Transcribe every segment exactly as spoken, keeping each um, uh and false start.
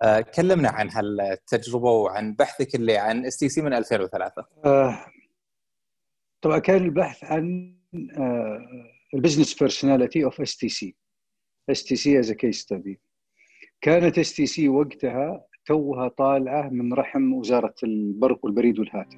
آه، كلمنا عن هالتجربة وعن بحثك اللي عن اس تي سي من ألفين وثلاثة. آه، طبعا كان البحث عن البزنس بيرسوناليتي اوف اس تي سي اس تي سي از كيس ستدي. كانت اس تي سي وقتها توها طالعه من رحم وزاره البرق والبريد والهاتف.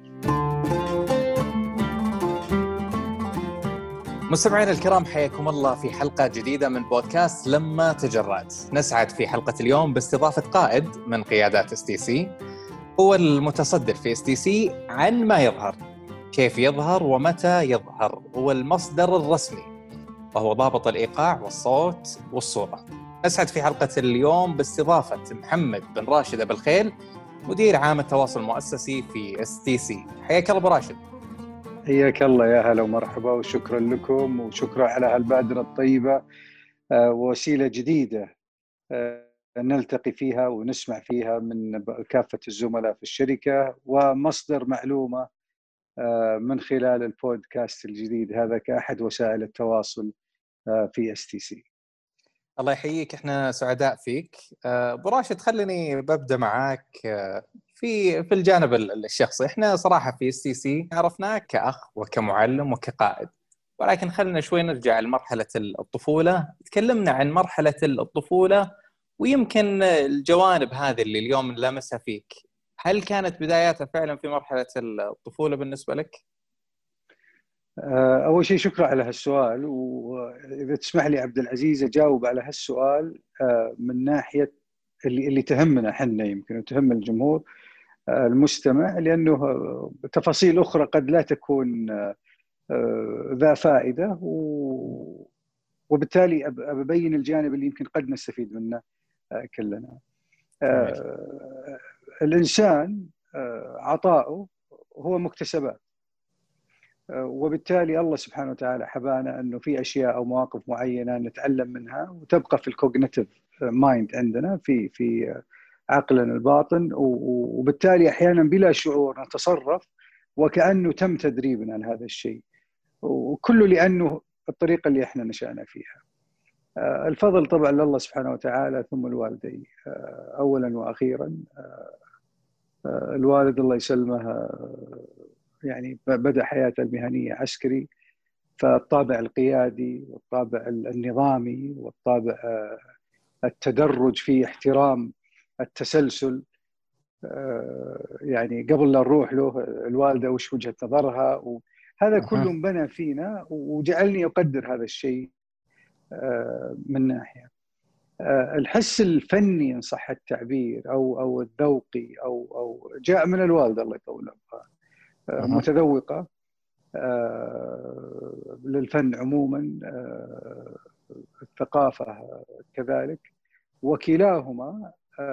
مستمعينا الكرام، حياكم الله في حلقة جديدة من بودكاست لما تجرأت. نسعد في حلقة اليوم باستضافة قائد من قيادات اس تي سي، هو المتصدر في اس تي سي عن ما يظهر، كيف يظهر ومتى يظهر، هو المصدر الرسمي، وهو ضابط الإيقاع والصوت والصورة. نسعد في حلقة اليوم باستضافة محمد بن راشد أبو الخيل، مدير عام التواصل المؤسسي في اس تي سي. حياك الله أبو راشد. حياك الله، يا هلا ومرحبا، وشكرا لكم وشكرا على هالبادرة الطيبة. وسيلة جديدة نلتقي فيها ونسمع فيها من كافة الزملاء في الشركة، ومصدر معلومة من خلال البودكاست الجديد هذا كأحد وسائل التواصل في اس تي سي. الله يحييك، احنا سعداء فيك. أبو راشد، خليني ببدأ معاك في في الجانب الشخصي. احنا صراحة في اس تي سي عرفناك كأخ وكمعلم وكقائد، ولكن خلينا شوي نرجع لمرحلة الطفولة. تكلمنا عن مرحلة الطفولة ويمكن الجوانب هذه اللي اليوم نلمسها فيك. هل كانت بداياتها فعلا في مرحلة الطفولة بالنسبة لك؟ أول شيء شكرا على هالسؤال، وإذا تسمح لي عبد العزيز أجاوب على هالسؤال من ناحية اللي اللي تهمنا حنا يمكن وتهم الجمهور المستمع، لأنه تفاصيل أخرى قد لا تكون ذا فائدة، وبالتالي أبين الجانب اللي يمكن قد نستفيد منه كلنا. الإنسان عطاؤه هو مكتسبات، وبالتالي الله سبحانه وتعالى حبانا أنه في أشياء أو مواقف معينة نتعلم منها وتبقى في الكوجنيتيف مايند عندنا في في عقلنا الباطن، وبالتالي أحيانا بلا شعور نتصرف وكأنه تم تدريبنا على هذا الشيء، وكله لأنه الطريقة اللي احنا نشأنا فيها. الفضل طبعا لله سبحانه وتعالى ثم الوالدين أولا وأخيرا. الوالد الله يسلمه يعني بدأ حياته المهنية عسكري، فالطابع القيادي والطابع النظامي والطابع التدرج في احترام التسلسل، يعني قبل لا نروح له الوالدة وش وجهة نظرها، وهذا كله بنى فينا وجعلني أقدر هذا الشيء. من ناحية الحس الفني إن صح التعبير أو أو الذوقي أو أو جاء من الوالدة الله يطول عمرها، متذوقة للفن عموما، الثقافة كذلك، وكلاهما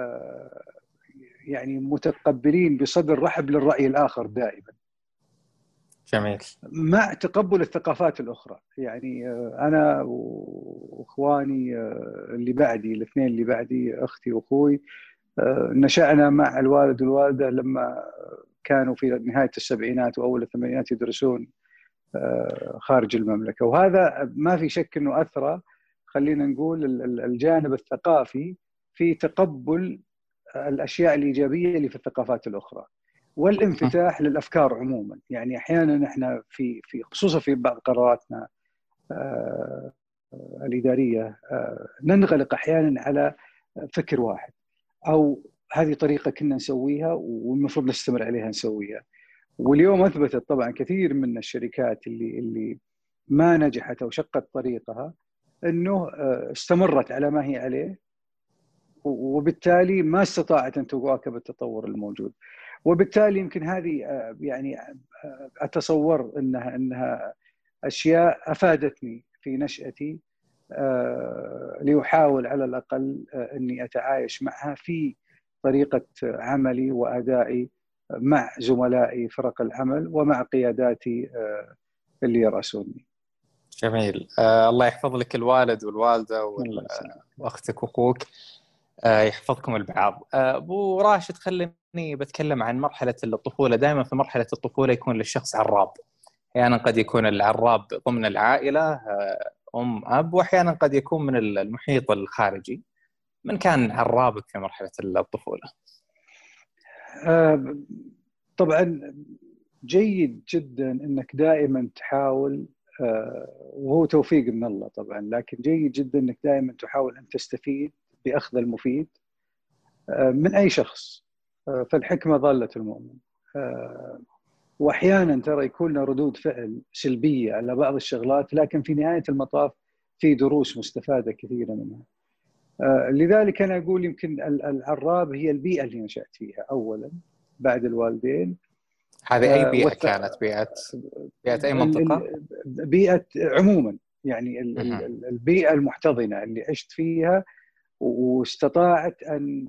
يعني متقبلين بصدر رحب للرأي الآخر دائما. جميل. مع تقبل الثقافات الأخرى. يعني أنا وإخواني اللي بعدي، الاثنين اللي بعدي، أختي وأخوي، نشأنا مع الوالد والوالدة لما كانوا في نهاية السبعينات وأول الثمانينات يدرسون خارج المملكة، وهذا ما في شك أنه أثر، خلينا نقول، الجانب الثقافي في تقبل الأشياء الإيجابية اللي في الثقافات الأخرى والانفتاح للأفكار عموما. يعني أحيانا إحنا في في خصوصا في بعض قراراتنا آه الإدارية آه ننغلق أحيانا على فكر واحد، أو هذه طريقة كنا نسويها والمفروض نستمر عليها نسويها. واليوم أثبتت طبعا كثير من الشركات اللي اللي ما نجحت أو شقت طريقها أنه استمرت على ما هي عليه، وبالتالي ما استطاعت أن تواكب التطور الموجود. وبالتالي يمكن هذه يعني أتصور أنها أنها أشياء أفادتني في نشأتي، لأحاول على الأقل أني أتعايش معها في طريقة عملي وأدائي مع زملائي فرق العمل ومع قياداتي اللي يرأسوني. جميل. آه الله يحفظ لك الوالد والوالدة وأختك وأخوك، آه يحفظكم البعض. آه أبو راشد، خليني بتكلم عن مرحلة الطفولة. دائما في مرحلة الطفولة يكون للشخص عراب، أحيانا قد يكون العراب ضمن العائلة، آه أم أب، وأحيانا قد يكون من المحيط الخارجي. من كان عرابك في مرحلة الطفولة؟ آه طبعا جيد جدا انك دائما تحاول، آه وهو توفيق من الله طبعا، لكن جيد جدا انك دائما تحاول ان تستفيد باخذ المفيد آه من اي شخص. آه فالحكمة ضالة المؤمن. آه واحيانا ترى يكون لنا ردود فعل سلبية على بعض الشغلات، لكن في نهاية المطاف في دروس مستفادة كثيرة منها. آه لذلك انا اقول يمكن العراب هي البيئة اللي نشأت فيها اولا بعد الوالدين. هذه أي بيئة كانت؟ بيئة بيئة أي منطقة؟ بيئة عموما، يعني البيئة المحتضنة اللي عشت فيها واستطاعت أن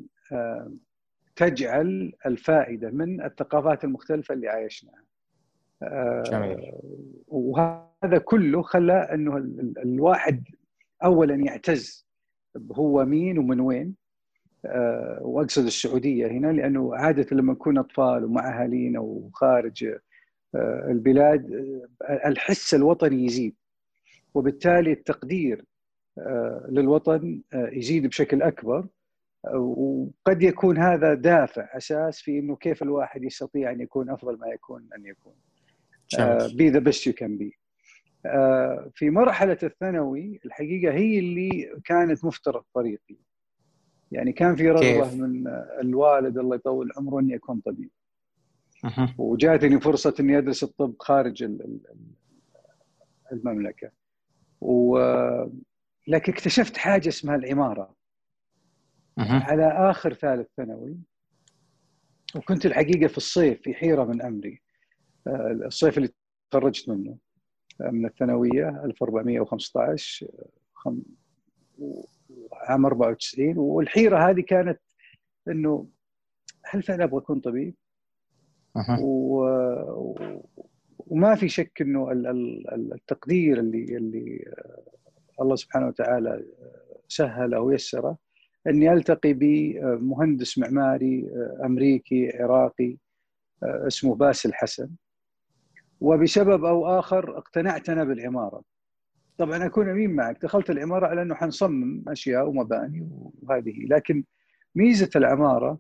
تجعل الفائدة من الثقافات المختلفة اللي عايشناها. جميل. وهذا كله خلى أنه الواحد أولا يعتز هو مين ومن وين، وأقصد السعودية هنا، لأنه عادة لما نكون أطفال ومع أهالينا وخارج البلاد الحس الوطني يزيد، وبالتالي التقدير للوطن يزيد بشكل أكبر. وقد يكون هذا دافع أساس في أنه كيف الواحد يستطيع أن يكون أفضل ما يكون أن يكون. be the best you can be. في مرحلة الثانوي الحقيقة هي اللي كانت مفترق طريقي، يعني كان في رغبة كيف؟ من الوالد الله يطول عمره أن يكون طبيب، وجاتني فرصة أني أدرس الطب خارج المملكة، و... لكن اكتشفت حاجة اسمها العمارة على آخر ثالث ثانوي. وكنت الحقيقة في الصيف في حيرة من أمري، الصيف اللي تخرجت منه من الثانوية ألف وأربعمائة وخمسة عشر خم... عام أربعة وتسعين، والحيرة هذه كانت إنه هل فعلا أبغى أكون طبيب؟ و... وما في شك إنه التقدير اللي اللي الله سبحانه وتعالى سهله ويسره أني ألتقي بمهندس معماري أمريكي عراقي اسمه باسل حسن، وبسبب أو آخر اقتنعت أنا بالعمارة. طبعا أكون أمين معك، دخلت العمارة على أنه حنصمم أشياء ومباني وهذه، لكن ميزة العمارة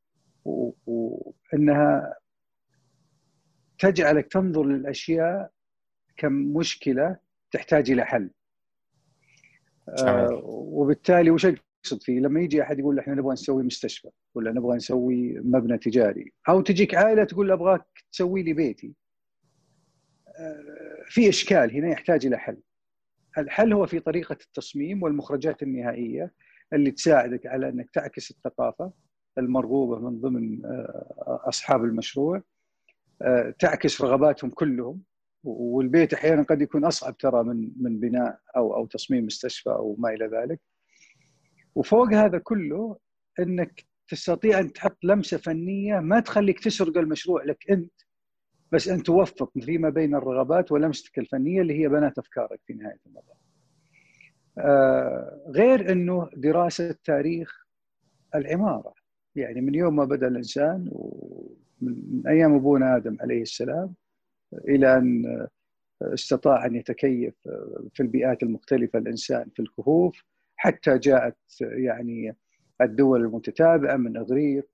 وأنها تجعلك تنظر للأشياء كمشكلة تحتاج إلى حل. آه وبالتالي وش أقصد فيه؟ لما يجي أحد يقول إحنا نبغى نسوي مستشفى ولا نبغى نسوي مبنى تجاري، أو تجيك عائلة تقول أبغاك تسوي لي بيتي، آه في إشكال هنا يحتاج إلى حل. الحل هو في طريقة التصميم والمخرجات النهائية اللي تساعدك على أنك تعكس الثقافة المرغوبة من ضمن آه أصحاب المشروع، آه تعكس رغباتهم كلهم. والبيت احيانا قد يكون اصعب ترى من من بناء او او تصميم مستشفى او ما الى ذلك. وفوق هذا كله انك تستطيع ان تحط لمسه فنيه ما تخليك تسرق المشروع لك انت، بس ان توفق فيما بين الرغبات ولمستك الفنيه اللي هي بنات افكارك في نهايه المطاف. آه غير انه دراسه تاريخ العماره، يعني من يوم ما بدا الانسان ومن ايام ابونا ادم عليه السلام الى ان استطاع أن يتكيف في البيئات المختلفة الإنسان في الكهوف، حتى جاءت يعني الدول المتتابعة من إغريق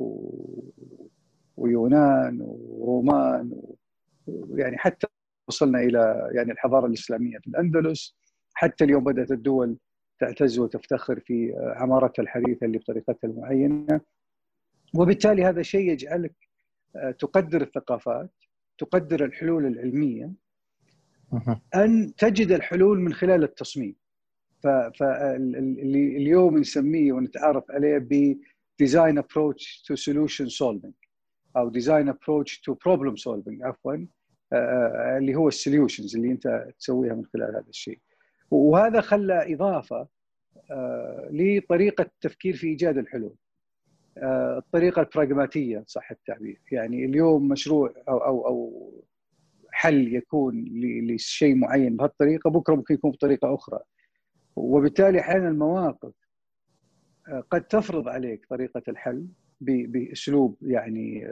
ويونان ورومان، يعني حتى وصلنا إلى يعني الحضارة الإسلامية في الأندلس. حتى اليوم بدأت الدول تعتز وتفتخر في عمارتها الحديثة اللي بطريقتها المعينة. وبالتالي هذا شيء يجعلك تقدر الثقافات، تقدر الحلول العلمية، أن تجد الحلول من خلال التصميم. فاللي اليوم نسميه ونتعرف عليه ب design approach to solution solving أو design approach to problem solving عفواً، اللي هو السوليوشنز اللي أنت تسويها من خلال هذا الشيء. وهذا خلى إضافة لطريقة التفكير في إيجاد الحلول، الطريقة البراغماتية صح التعبير. يعني اليوم مشروع أو أو أو حل يكون لشيء معين بهالطريقة، بكرة ممكن يكون بطريقة أخرى. وبالتالي أحيانا المواقف قد تفرض عليك طريقة الحل بأسلوب يعني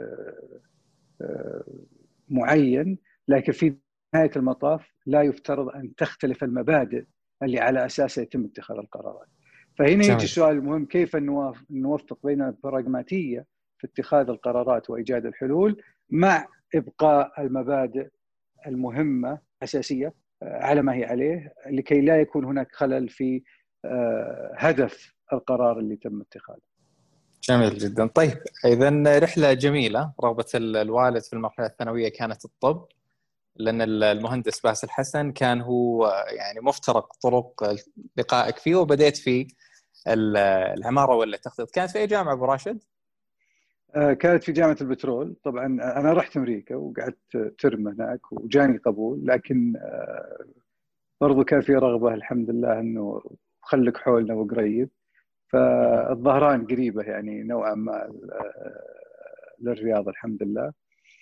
معين، لكن في نهاية المطاف لا يفترض أن تختلف المبادئ اللي على أساسها يتم اتخاذ القرارات. فهنا يجي السؤال المهم، كيف نوفق بين البراغماتية في اتخاذ القرارات وإيجاد الحلول مع إبقاء المبادئ المهمة أساسية على ما هي عليه، لكي لا يكون هناك خلل في هدف القرار اللي تم اتخاذه. جميل جدا. طيب إذن رحلة جميلة. رغبة الوالد في المرحلة الثانوية كانت الطب، لأن المهندس باسل حسن كان هو يعني مفترق طرق لقائك فيه، وبدأت في العمارة ولا التخطيط. كانت في أي جامعة أبو راشد؟ كانت في جامعة البترول. طبعا أنا رحت أمريكا وقعدت ترم هناك وجاني قبول، لكن برضو كان في رغبة الحمد لله أنه خلك حولنا وقريب، فالظهران قريبة يعني نوعا ما للرياض الحمد لله.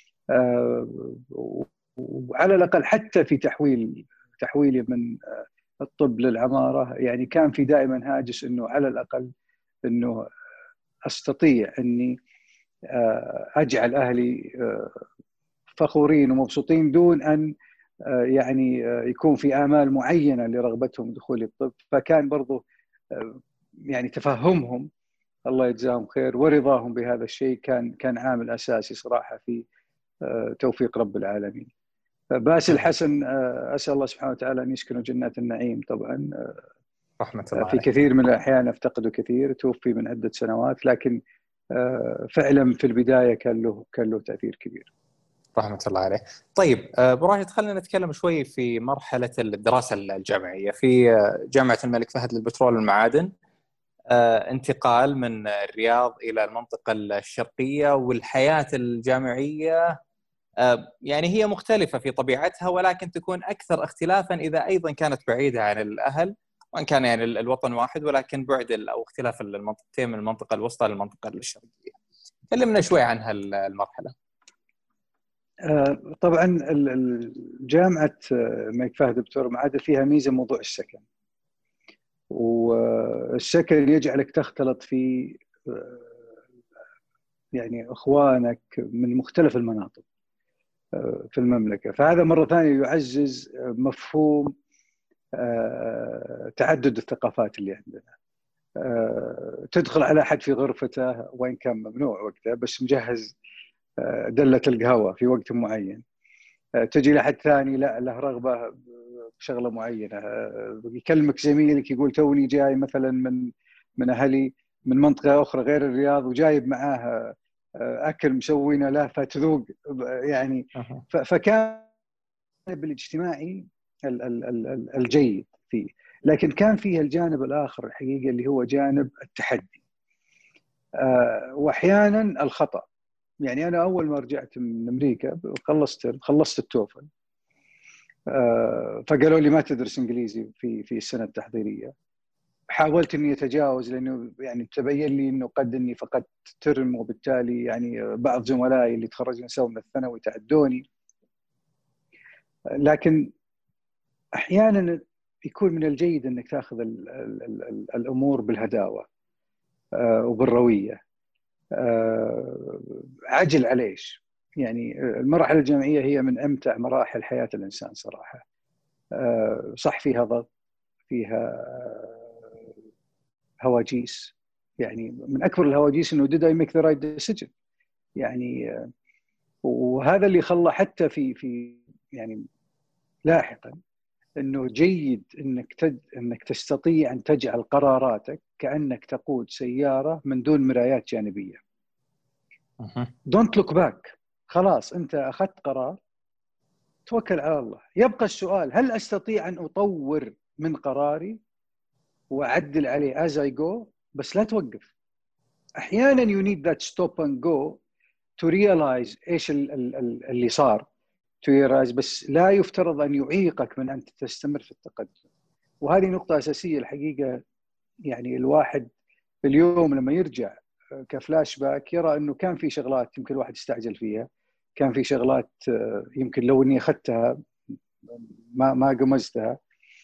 وعلى الأقل حتى في تحويل تحويلي من الطب للعمارة، يعني كان في دائما هاجس أنه على الأقل أنه أستطيع أني أجعل أهلي فخورين ومبسوطين دون أن يعني يكون في آمال معينة لرغبتهم دخول الطب. فكان برضو يعني تفهمهم الله يجزاهم خير ورضاهم بهذا الشيء كان كان عامل أساسي صراحة في توفيق رب العالمين. باسل حسن أسأل الله سبحانه وتعالى أن يسكنه جنات النعيم. طبعا رحمة الله في كثير من الأحيان أفتقده كثير، توفي من عدة سنوات، لكن فعلا في البداية كان له كان له تأثير كبير. رحمة الله عليه. طيب أبو راشد، خلينا نتكلم شوي في مرحلة الدراسة الجامعية في جامعة الملك فهد للبترول والمعادن. انتقال من الرياض إلى المنطقة الشرقية، والحياة الجامعية يعني هي مختلفة في طبيعتها، ولكن تكون أكثر اختلافا إذا أيضا كانت بعيدة عن الأهل، وإن كان يعني الوطن واحد ولكن بعد أو اختلاف المنطقتين من المنطقة الوسطى للمنطقة الشرقية. كلمنا شوي عن هالمرحلة. طبعا الجامعة الملك فهد للبترول والمعادن فيها ميزة موضوع السكن، والسكن يجعلك تختلط في يعني إخوانك من مختلف المناطق في المملكة، فهذا مرة ثانية يعزز مفهوم تعدد الثقافات اللي عندنا. تدخل على أحد في غرفته وإن كان ممنوع وقتها، بس مجهز دلة القهوة في وقت معين. تجي لأحد ثاني لا له رغبة بشغلة معينة، يكلمك زميلك يقول توني جاي مثلا من من أهلي من منطقة أخرى غير الرياض وجايب معاه أكل مسوينا له فتذوق يعني. فكان بالاجتماعي الجيد فيه، لكن كان فيه الجانب الآخر الحقيقة اللي هو جانب التحدي وأحيانا الخطأ. يعني أنا أول ما رجعت من أمريكا خلصت خلصت التوفل، فقالوا لي ما تدرس إنجليزي في في السنة التحضيرية. حاولت إني أتجاوز لأنه يعني تبين لي إنه قد إني فقدت ترم، وبالتالي يعني بعض زملائي اللي تخرجوا سوا من الثانوي تعدوني. لكن أحياناً يكون من الجيد أنك تأخذ ال ال ال الأمور بالهداوة وبالروية. عجل عليش يعني. المراحل الجامعية هي من أمتع مراحل حياة الإنسان صراحة. صح فيها ضغط، فيها هواجيس، يعني من أكبر الهواجيس إنه did I make the right decision يعني. وهذا اللي خلى حتى في في يعني لاحقاً إنه جيد إنك تد... إنك تستطيع أن تجعل قراراتك كأنك تقود سيارة من دون مرايات جانبية. Don't look back. خلاص أنت أخذت قرار، توكل على الله. يبقى السؤال، هل أستطيع أن أطور من قراري وأعدل عليه as I go؟ بس لا توقف. أحياناً you need that stop and go to realize إيش اللي صار to realize، بس لا يفترض أن يعيقك من أن تستمر في التقدم. وهذه نقطة أساسية الحقيقة. يعني الواحد اليوم لما يرجع كفلاش باك يرى أنه كان في شغلات يمكن الواحد يستعجل فيها، كان في شغلات يمكن لو أني أخذتها ما ما قمزتها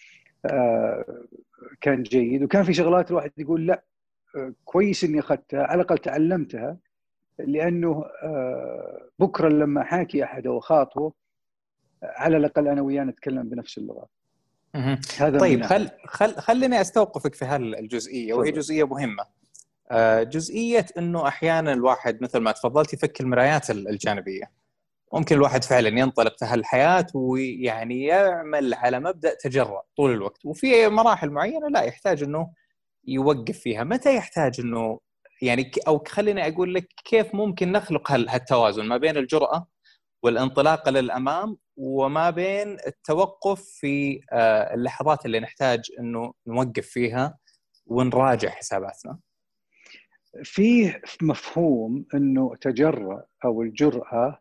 كان جيد، وكان في شغلات الواحد يقول لا كويس أني أخذتها على الأقل تعلمتها، لأنه بكرة لما حاكي أحد أو خاطبه على الأقل أنا وياه نتكلم بنفس اللغة. هذا طيب خل خل خليني استوقفك في هالجزئيه، وهي جزئيه مهمه. جزئيه انه احيانا الواحد مثل ما تفضلت يفك المرايات الجانبيه. ممكن الواحد فعلا ينطلق في هالحياه ويعني يعمل على مبدا تجرأ طول الوقت، وفي مراحل معينه لا يحتاج انه يوقف فيها. متى يحتاج انه يعني، او خليني اقول لك كيف ممكن نخلق هالتوازن ما بين الجرأة والانطلاق للأمام وما بين التوقف في اللحظات اللي نحتاج انه نوقف فيها ونراجع حساباتنا؟ فيه مفهوم انه تجرأ او الجرأة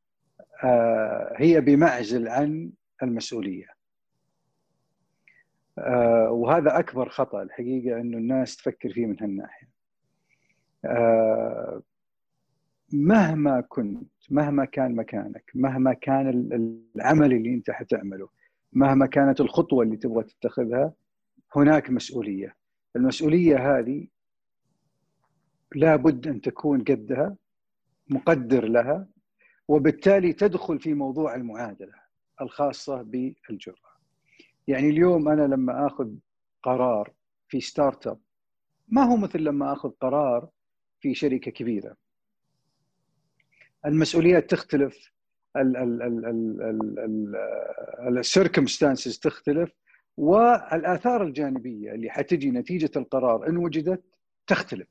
هي بمعزل عن المسؤولية، وهذا اكبر خطأ الحقيقة انه الناس تفكر فيه من هالناحية. مهما كنت، مهما كان مكانك، مهما كان العمل اللي انت حتعمله، مهما كانت الخطوة اللي تبغى تتخذها، هناك مسؤولية. المسؤولية هذه لابد أن تكون قدها، مقدر لها، وبالتالي تدخل في موضوع المعادلة الخاصة بالجرأة. يعني اليوم أنا لما أخذ قرار في ستارت اب ما هو مثل لما أخذ قرار في شركة كبيرة. المسؤوليات تختلف، السيركمستانسز تختلف، والآثار الجانبية اللي حتجي نتيجة القرار إن وجدت تختلف.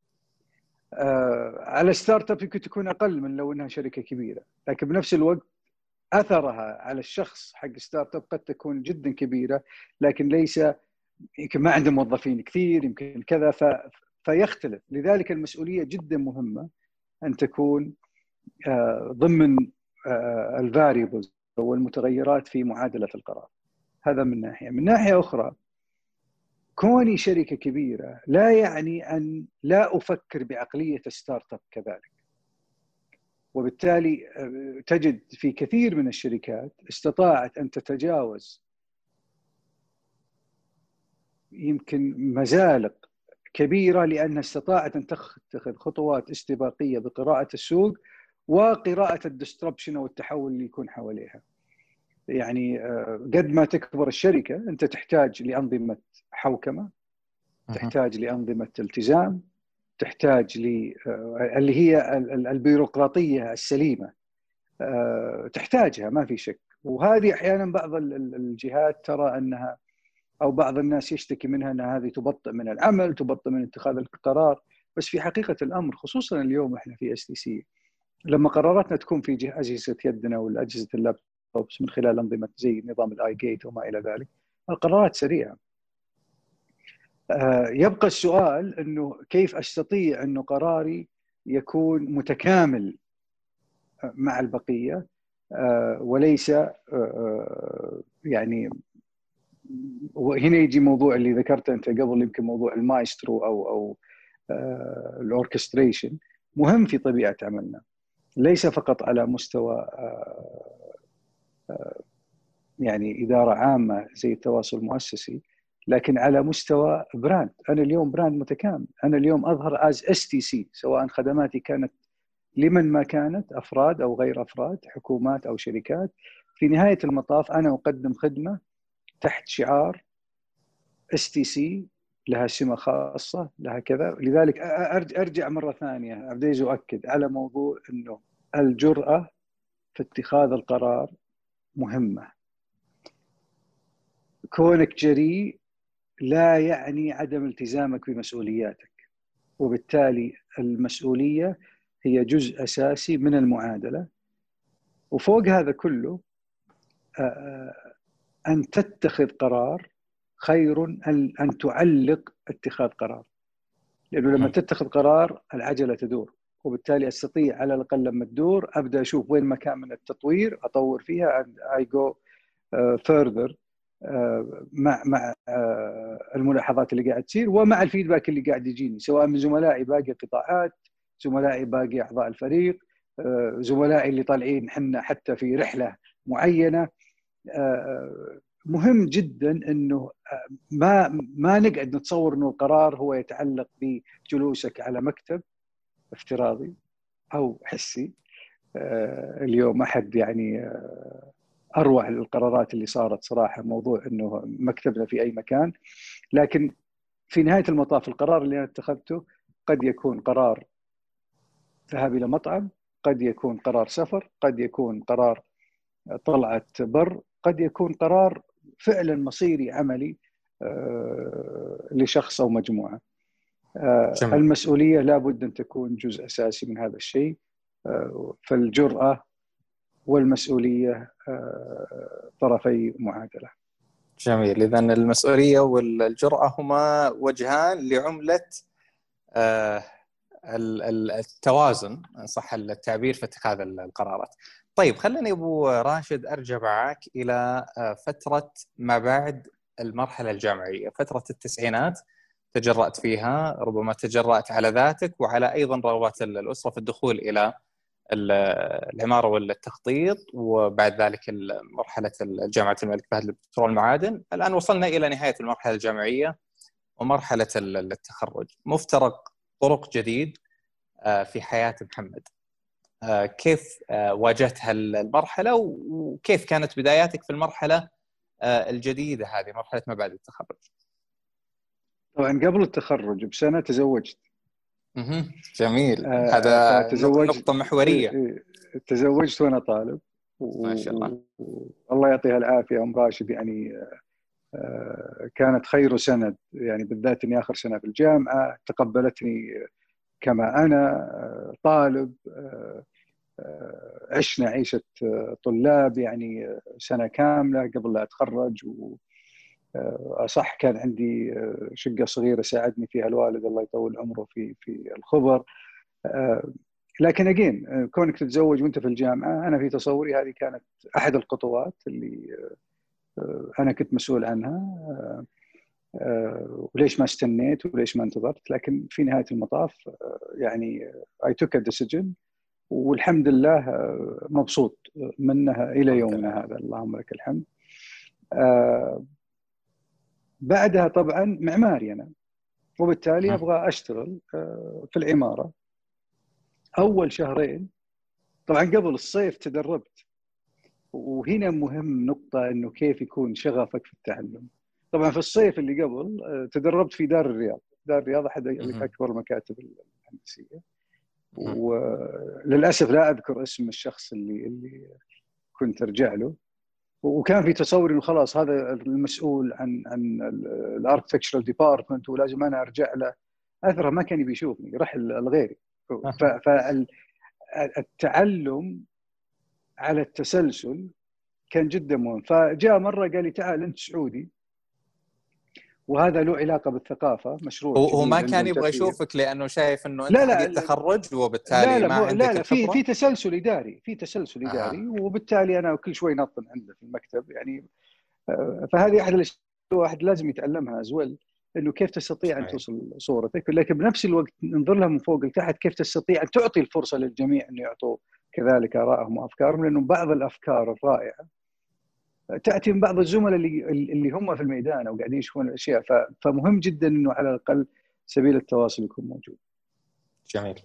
آه على ستارت اب يمكن تكون أقل من لو إنها شركة كبيرة، لكن بنفس الوقت أثرها على الشخص حق ستارت اب قد تكون جدا كبيرة، لكن ليس، يمكن ما عنده موظفين كثير، يمكن كذا، ف... فيختلف. لذلك المسؤولية جدا مهمة أن تكون آه ضمن آه الفاريبلز أو المتغيرات في معادلة القرار. هذا من ناحية. من ناحية أخرى، كوني شركة كبيرة لا يعني أن لا أفكر بعقلية ستارت اب كذلك. وبالتالي تجد في كثير من الشركات استطاعت أن تتجاوز يمكن مزالق كبيرة لأنها استطاعت أن تتخذ خطوات استباقية بقراءة السوق وقراءة الديستربشن أو التحول اللي يكون حواليها. يعني قد ما تكبر الشركة أنت تحتاج لأنظمة حوكمة، تحتاج لأنظمة التزام، تحتاج ل اللي هي البيروقراطية السليمة، تحتاجها ما في شك. وهذه أحيانا بعض الجهات ترى أنها، أو بعض الناس يشتكي منها أن هذه تبطئ من العمل، تبطئ من اتخاذ القرار. بس في حقيقة الأمر، خصوصا اليوم إحنا في اس تي سي، لما قراراتنا تكون في أجهزة يدنا ولا أجهزة اللابتوبس من خلال أنظمة زي نظام الآي جيت وما إلى ذلك، القرارات سريعة. يبقى السؤال أنه كيف أستطيع أنه قراري يكون متكامل مع البقية، وليس يعني. وهنا يجي موضوع اللي ذكرته أنت قبل، يمكن موضوع المايسترو أو أو الأوركستريشن مهم في طبيعة عملنا، ليس فقط على مستوى يعني إدارة عامة زي التواصل المؤسسي، لكن على مستوى براند. أنا اليوم براند متكامل، أنا اليوم أظهر از اس تي سي، سواء خدماتي كانت لمن ما كانت، أفراد أو غير أفراد، حكومات أو شركات. في نهاية المطاف أنا أقدم خدمة تحت شعار اس تي سي، لها سمة خاصة، لها كذا. لذلك أرجع مرة ثانية عبد العزيز وأكد على موضوع أنه الجرأة في اتخاذ القرار مهمة. كونك جريء لا يعني عدم التزامك بمسؤولياتك، وبالتالي المسؤولية هي جزء أساسي من المعادلة. وفوق هذا كله أن تتخذ قرار خير أن تعلق اتخاذ قرار، لأنه لما تتخذ قرار العجلة تدور، وبالتالي أستطيع على الأقل لما تدور أبدأ أشوف وين مكان من التطوير أطور فيها and I go further مع مع الملاحظات اللي قاعد تصير ومع الفيدباك اللي قاعد يجيني، سواء من زملائي باقي القطاعات، زملائي باقي أعضاء الفريق، زملائي اللي طالعين حنا حتى في رحلة معينة. مهم جدا انه ما ما نقعد نتصور انه القرار هو يتعلق بجلوسك على مكتب افتراضي او حسي. اليوم احد يعني أروع القرارات اللي صارت صراحة، موضوع أنه مكتبنا في أي مكان. لكن في نهاية المطاف القرار اللي أنا اتخذته قد يكون قرار ذهاب إلى مطعم، قد يكون قرار سفر، قد يكون قرار طلعة بر، قد يكون قرار فعلا مصيري عملي لشخص أو مجموعة. جميل. المسؤولية لابد أن تكون جزء أساسي من هذا الشيء. فالجرأة والمسؤولية طرفي معادلة. جميل. إذن المسؤولية والجرأة هما وجهان لعملة التوازن إن صح التعبير في اتخاذ القرارات. طيب خلني أبو راشد أرجع معك إلى فترة ما بعد المرحلة الجامعية، فترة التسعينات تجرأت فيها، ربما تجرأت على ذاتك وعلى أيضا رغبات الأسرة في الدخول إلى العمارة والتخطيط، وبعد ذلك مرحلة جامعة الملك فهد للبترول والمعادن. الآن وصلنا إلى نهاية المرحلة الجامعية ومرحلة التخرج، مفترق طرق جديد في حياة محمد. كيف واجهت هالمرحلة وكيف كانت بداياتك في المرحلة الجديدة هذه، مرحلة ما بعد التخرج؟ طبعا قبل التخرج بسنة تزوجت. جميل. آه هذا نقطة محورية. تزوجت وأنا طالب ما شاء الله. والله يعطيها العافية أم راشد، يعني آه كانت خير سند، يعني بالذات إني آخر سنة في الجامعة تقبلتني كما أنا طالب. آه عشنا عيشة طلاب يعني سنة كاملة قبل لا أتخرج. و صح كان عندي شقة صغيرة ساعدني فيها الوالد الله يطول عمره في في الخبر. لكن أجين كونك تتزوج وانت في الجامعة، أنا في تصوري هذه كانت أحد الخطوات اللي أنا كنت مسؤول عنها. وليش ما استنيت وليش ما انتظرت؟ لكن في نهاية المطاف يعني I took a decision، والحمد لله مبسوط منها إلى يومنا هذا، اللهم لك الحمد. بعدها طبعا معماري أنا، وبالتالي أبغى أشتغل في العمارة. أول شهرين طبعا قبل الصيف تدربت، وهنا مهم نقطة إنه كيف يكون شغفك في التعلم. طبعا في الصيف اللي قبل تدربت في دار الرياض. دار الرياض أحد أكبر المكاتب الهندسية، وللأسف لا أذكر اسم الشخص اللي اللي كنت أرجع له. وكان في تصور إنه خلاص هذا المسؤول عن عن الاركتكتشرال ديبارتمنت ولازم أنا أرجع له. أثره ما كان يبي يشوفني، راح لغيري. فالتعلم على التسلسل كان جدا مهم. فجاء مرة قال لي تعال أنت سعودي، وهذا له علاقة بالثقافة، مشروع هو ما كان يبغى يشوفك لأنه شايف أنه أنت لا لا حديث تخرج وبالتالي لا لا ما عندك لا لا الخبرة. في في تسلسل إداري، في تسلسل آه. إداري، وبالتالي أنا كل شوي نطن عنده في المكتب يعني. فهذه أحد الأشياء واحد لازم يتعلمها أزول، إنه كيف تستطيع أن توصل صورتك، لكن بنفس الوقت ننظر لها من فوق لتحت، كيف تستطيع أن تعطي الفرصة للجميع أن يعطوا كذلك آرائهم وأفكارهم. لأنه بعض الأفكار الرائعة تأتي من بعض الزملاء اللي اللي هم في الميدان أو قاعدين يشوفون الأشياء. فمهم جدا إنه على الأقل سبيل التواصل يكون موجود. جميل.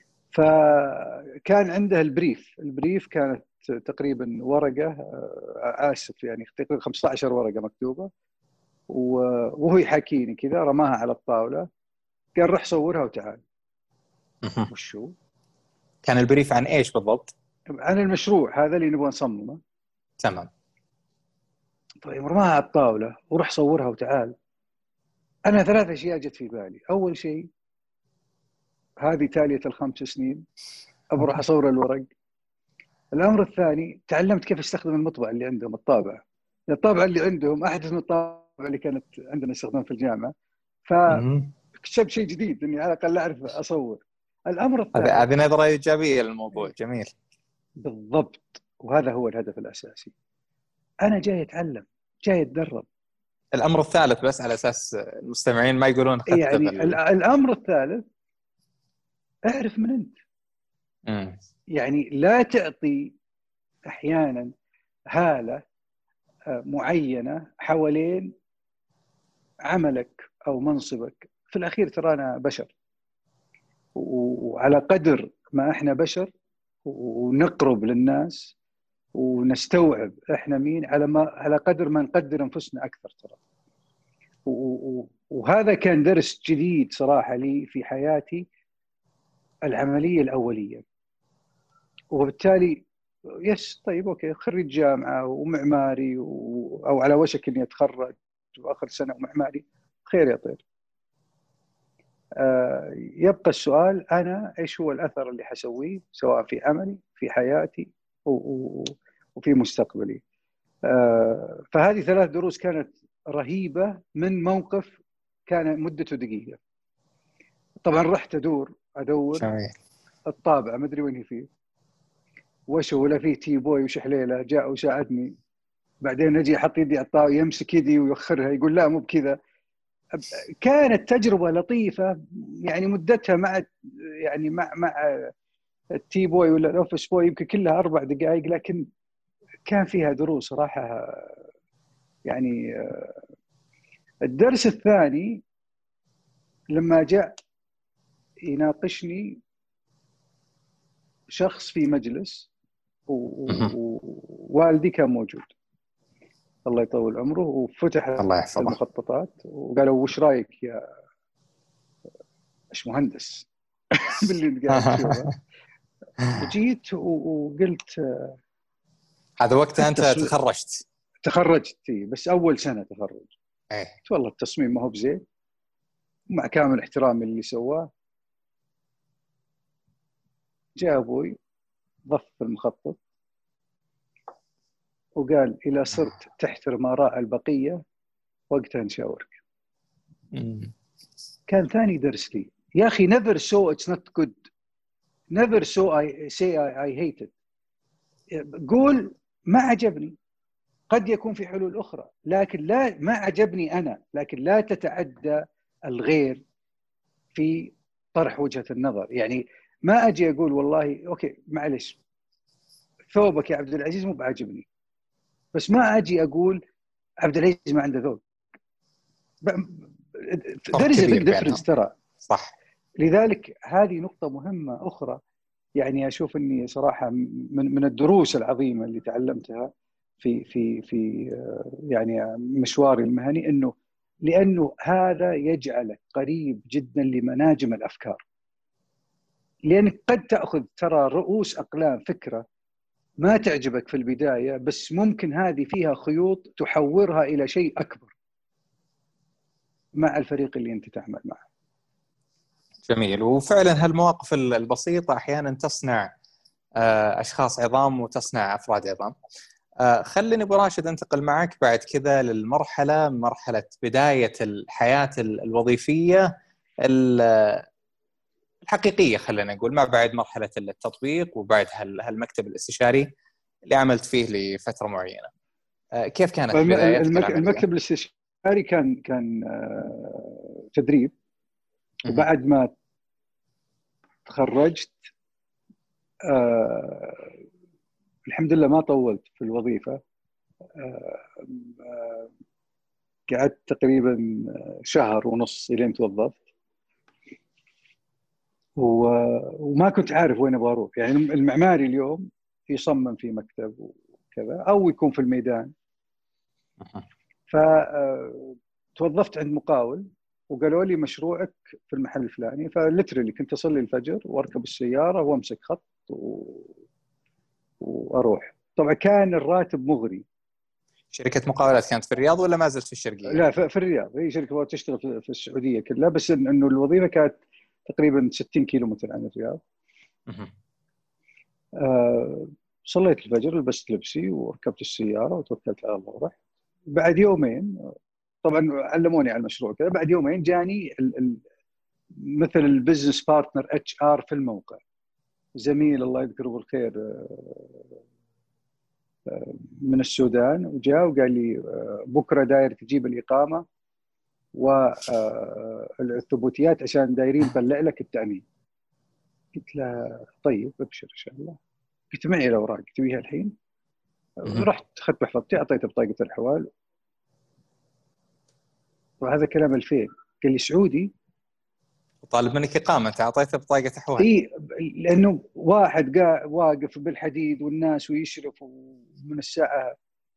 فكان عنده البريف. البريف كانت تقريبا ورقة، آسف يعني تقريبا خمسة عشر ورقة مكتوبة، وهو يحكيني كذا، رماها على الطاولة قال روح صورها وتعال. وشو كان البريف عن إيش بالضبط؟ عن المشروع هذا اللي نبغى نصممه. تمام. طيب رماها على الطاولة وروح صورها وتعال. أنا ثلاث أشياء جت في بالي. أول شيء هذه تالية الخمس سنين أبروح أصور الورق. الأمر الثاني تعلمت كيف استخدم المطبع اللي عندهم، الطابع. الطابع اللي عندهم أحدث من الطابع اللي كانت عندنا استخدام في الجامعة، فاكتشفت شيء جديد إني على الأقل أعرف أصور. الأمر الثالث هذه نظرة إيجابية للموضوع. جميل. بالضبط، وهذا هو الهدف الأساسي. أنا جاي أتعلم، جاي أتدرب. الأمر الثالث بس على أساس المستمعين ما يقولون خذت يعني ال... الأمر الثالث أعرف من أنت. مم. يعني لا تعطي أحيانا هالة معينة حوالين عملك أو منصبك. في الأخير ترانا بشر، وعلى قدر ما إحنا بشر ونقرب للناس ونستوعب احنا مين على ما على قدر ما نقدر انفسنا اكثر ترى. وهذا كان درس جديد صراحه لي في حياتي العمليه الاوليه. وبالتالي يس طيب اوكي خريج جامعه ومعماري و... او على وشك اني اتخرج واخر سنه ومعماري، خير يا طير. آه يبقى السؤال انا ايش هو الاثر اللي حسويه سواء في عملي في حياتي و... و... وفي مستقبلي. آه فهذه ثلاث دروس كانت رهيبه من موقف كان مدته دقيقه. طبعا رحت ادور ادور جميل. الطابع ما ادري وين هي فيه، وش ولا فيه تي بوي وش حليله جاء وساعدني. بعدين اجي احط يدي على الطاوله يمسك يدي ويوخرها يقول لا مو بكذا. كانت تجربه لطيفه يعني مدتها مع يعني مع مع التي بوي ولا الاوفيس بوي يمكن كلها اربع دقائق، لكن كان فيها دروس صراحه. يعني الدرس الثاني لما جاء يناقشني شخص في مجلس ووالدي كان موجود الله يطول عمره، وفتح الله يحفظه المخططات وقالوا وش رايك يا ايش مهندس باللي انت قاعد تشوفه. وجيت وقلت هذا وقتها انت تخرجت؟ تخرجت بس اول سنه تخرج. ايه والله التصميم ما هو بزين مع كامل احترامي اللي سواه. جاء ابوي ضف المخطط وقال إذا صرت تحترم آراء البقية وقتها نشاورك. كان ثاني درس لي يا أخي never so it's not good never so I say I, I hate it. قول ما عجبني، قد يكون في حلول أخرى، لكن لا ما عجبني أنا، لكن لا تتعدى الغير في طرح وجهة النظر. يعني ما أجي أقول والله أوكي معلش ثوبك يا عبد العزيز مو بعجبني، بس ما أجي أقول عبد العزيز ما عنده ذوق. there is a big difference ترى. صح. لذلك هذه نقطة مهمة أخرى، يعني أشوف أني صراحة من من الدروس العظيمة اللي تعلمتها في في في يعني مشواري المهني، إنه لأنه هذا يجعلك قريب جدا لمناجم الأفكار. لأنك قد تأخذ ترى رؤوس أقلام فكرة ما تعجبك في البداية، بس ممكن هذه فيها خيوط تحورها إلى شيء أكبر مع الفريق اللي أنت تعمل معه. جميل. وفعلا هالمواقف البسيطة أحيانا تصنع أشخاص عظام وتصنع أفراد عظام. خليني أبو راشد أنتقل معك بعد كذا للمرحلة مرحلة بداية الحياة الوظيفية الحقيقية، خلينا نقول ما بعد مرحلة التطبيق وبعد هالمكتب الاستشاري اللي عملت فيه لفترة معينة. كيف كانت بدايتك العملية؟ المكتب الاستشاري كان كان تدريب، وبعد ما تخرجت آه الحمد لله ما طولت في الوظيفة. آه آه قعدت تقريبا شهر ونص إلين توظفت، وما كنت عارف وين أبغى أروح. يعني المعماري اليوم يصمم في مكتب وكذا أو يكون في الميدان. فتوظفت عند مقاول وقالوا لي مشروعك في المحل الفلاني، فلترلي كنت أصلي الفجر وأركب السيارة وأمسك خط و... وأروح. طبعا كان الراتب مغري. شركة مقاولات كانت في الرياض ولا ما زلت في الشرقية؟ لا في الرياض، هي شركة تشتغل في السعودية كلها، بس إنه الوظيفة كانت تقريبا ستين كيلومتر عن الرياض. آه صليت الفجر لبست لبسي وركبت السيارة وتوكلت على الله ورحت. بعد يومين طبعا علموني على المشروع كذا، بعد يومين جاني ال ال مثل البزنس بارتنر اتش ار في الموقع، زميل الله يذكره بالخير من السودان، وجاء وقال لي بكره داير تجيب الإقامة والثبوتيات عشان دايرين نطلع لك التأمين. قلت له طيب ابشر إن شاء الله. قلت معي الأوراق تبيها الحين؟ رحت أخذت محفظتي أعطيته بطاقة الحوال، وهذا كلام الفين. قال لي سعودي؟ طالب منك إقامة، أنت أعطيته بطاقة أحوال؟ إيه، لأنه واحد قاعد واقف بالحديد والناس ويشرف من الساعة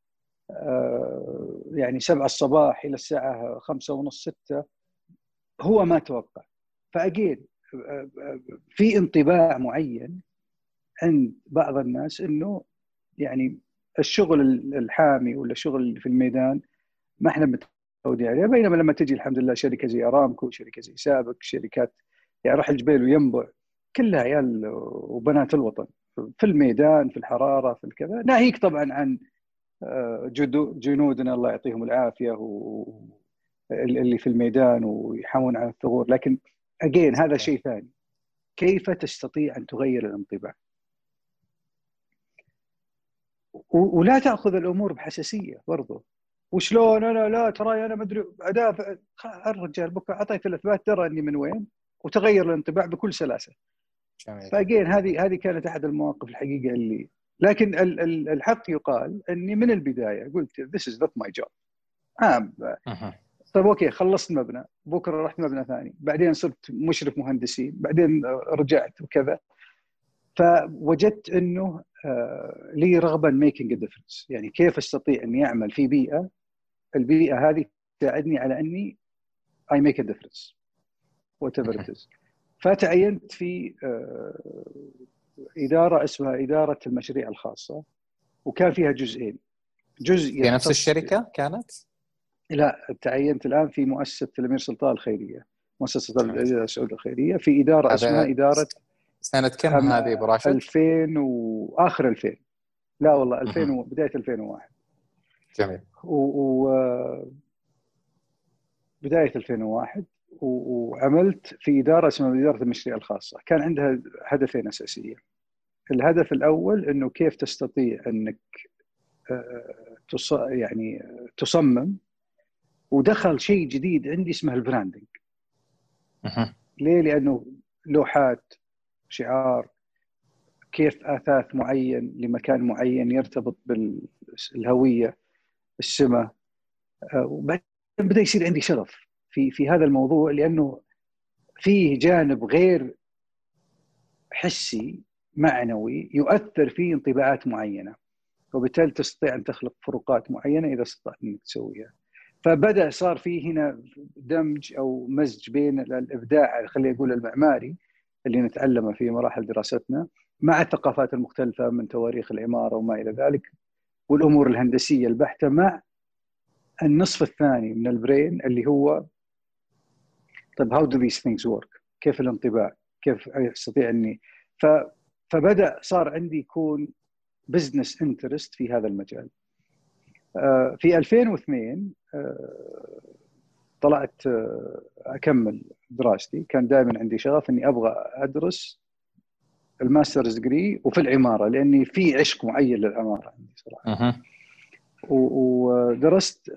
يعني سبعة الصباح إلى الساعة خمسة ونص ستة هو ما توقع. فأجين في انطباع معين عند بعض الناس إنه يعني الشغل الحامي ولا الشغل في الميدان ما احنا متعودين عليه، بينما لما تجي الحمد لله شركة زي أرامكو، شركة زي سابق، شركات يعني راح الجبيل وينبع كلها عيال وبنات الوطن في الميدان، في الحرارة، في الكذا، ناهيك طبعا عن جنودنا الله يعطيهم العافية واللي في الميدان ويحاولون على الثغور. لكن أجين هذا شيء ثاني. كيف تستطيع أن تغير الانطباع؟ ولا تأخذ الأمور بحساسية برضو. وشلون أنا لا ترى أنا ما أدري أدافع الرجال بكرة أعطيت الإثبات ترى أني من وين، وتغير الانطباع بكل سلاسة. فأجين هذه هذه كانت أحد المواقف الحقيقة اللي، لكن الحق يقال أني من البداية قلت this is not my job. آه. طيب أوكي خلصت مبنى، بكرة رحت مبنى ثاني، بعدين صرت مشرف مهندسين، بعدين رجعت وكذا. فوجدت أنه آه لي رغبة making a difference، يعني كيف أستطيع أني أعمل في بيئة، البيئة هذه تساعدني على أني I make a difference whatever it is. فتعينت في آه إدارة اسمها إدارة المشاريع الخاصة، وكان فيها جزئين. جزء في نفس الشركة كانت؟ لا، تعينت الآن في مؤسسة الأمير سلطان الخيرية، مؤسسة الإدارة السعودية الخيرية، في إدارة اسمها إدارة. سنة كم هذه أبو راشد؟ ألفين وآخر ألفين، لا والله ألفين و... بداية ألفين وواحد. جميل. و... و... بداية ألفين وواحد، وعملت في إدارة اسمها إدارة المشاريع الخاصة. كان عندها هدفين أساسيين. الهدف الأول إنه كيف تستطيع إنك تص... يعني تصمم، ودخل شيء جديد عندي اسمه البراندنج. أه. ليه؟ لأنه لوحات، شعار، كيف آثاث معين لمكان معين يرتبط بالهوية، السمة. وبعدين بدأ يصير عندي شغف في في هذا الموضوع، لأنه فيه جانب غير حسي معنوي يؤثر في انطباعات معينة، وبالتالي تستطيع أن تخلق فروقات معينة إذا استطعت أنك تسويها. فبدأ صار فيه هنا دمج أو مزج بين الإبداع، خلينا نقول المعماري اللي نتعلمه في مراحل دراستنا، مع الثقافات المختلفة من تواريخ العمارة وما إلى ذلك، والأمور الهندسية البحتة، مع النصف الثاني من البرين اللي هو طيب how do these things work؟ كيف الانطباع؟ كيف أستطيع أني ف... فبدأ صار عندي يكون business interest في هذا المجال. في ألفين واثنين طلعت أكمل دراستي. كان دائما عندي شغف أني أبغى أدرس الماسترز ديجري وفي العمارة، لأني في عشق معين للعمارة عندي صراحة. ودرست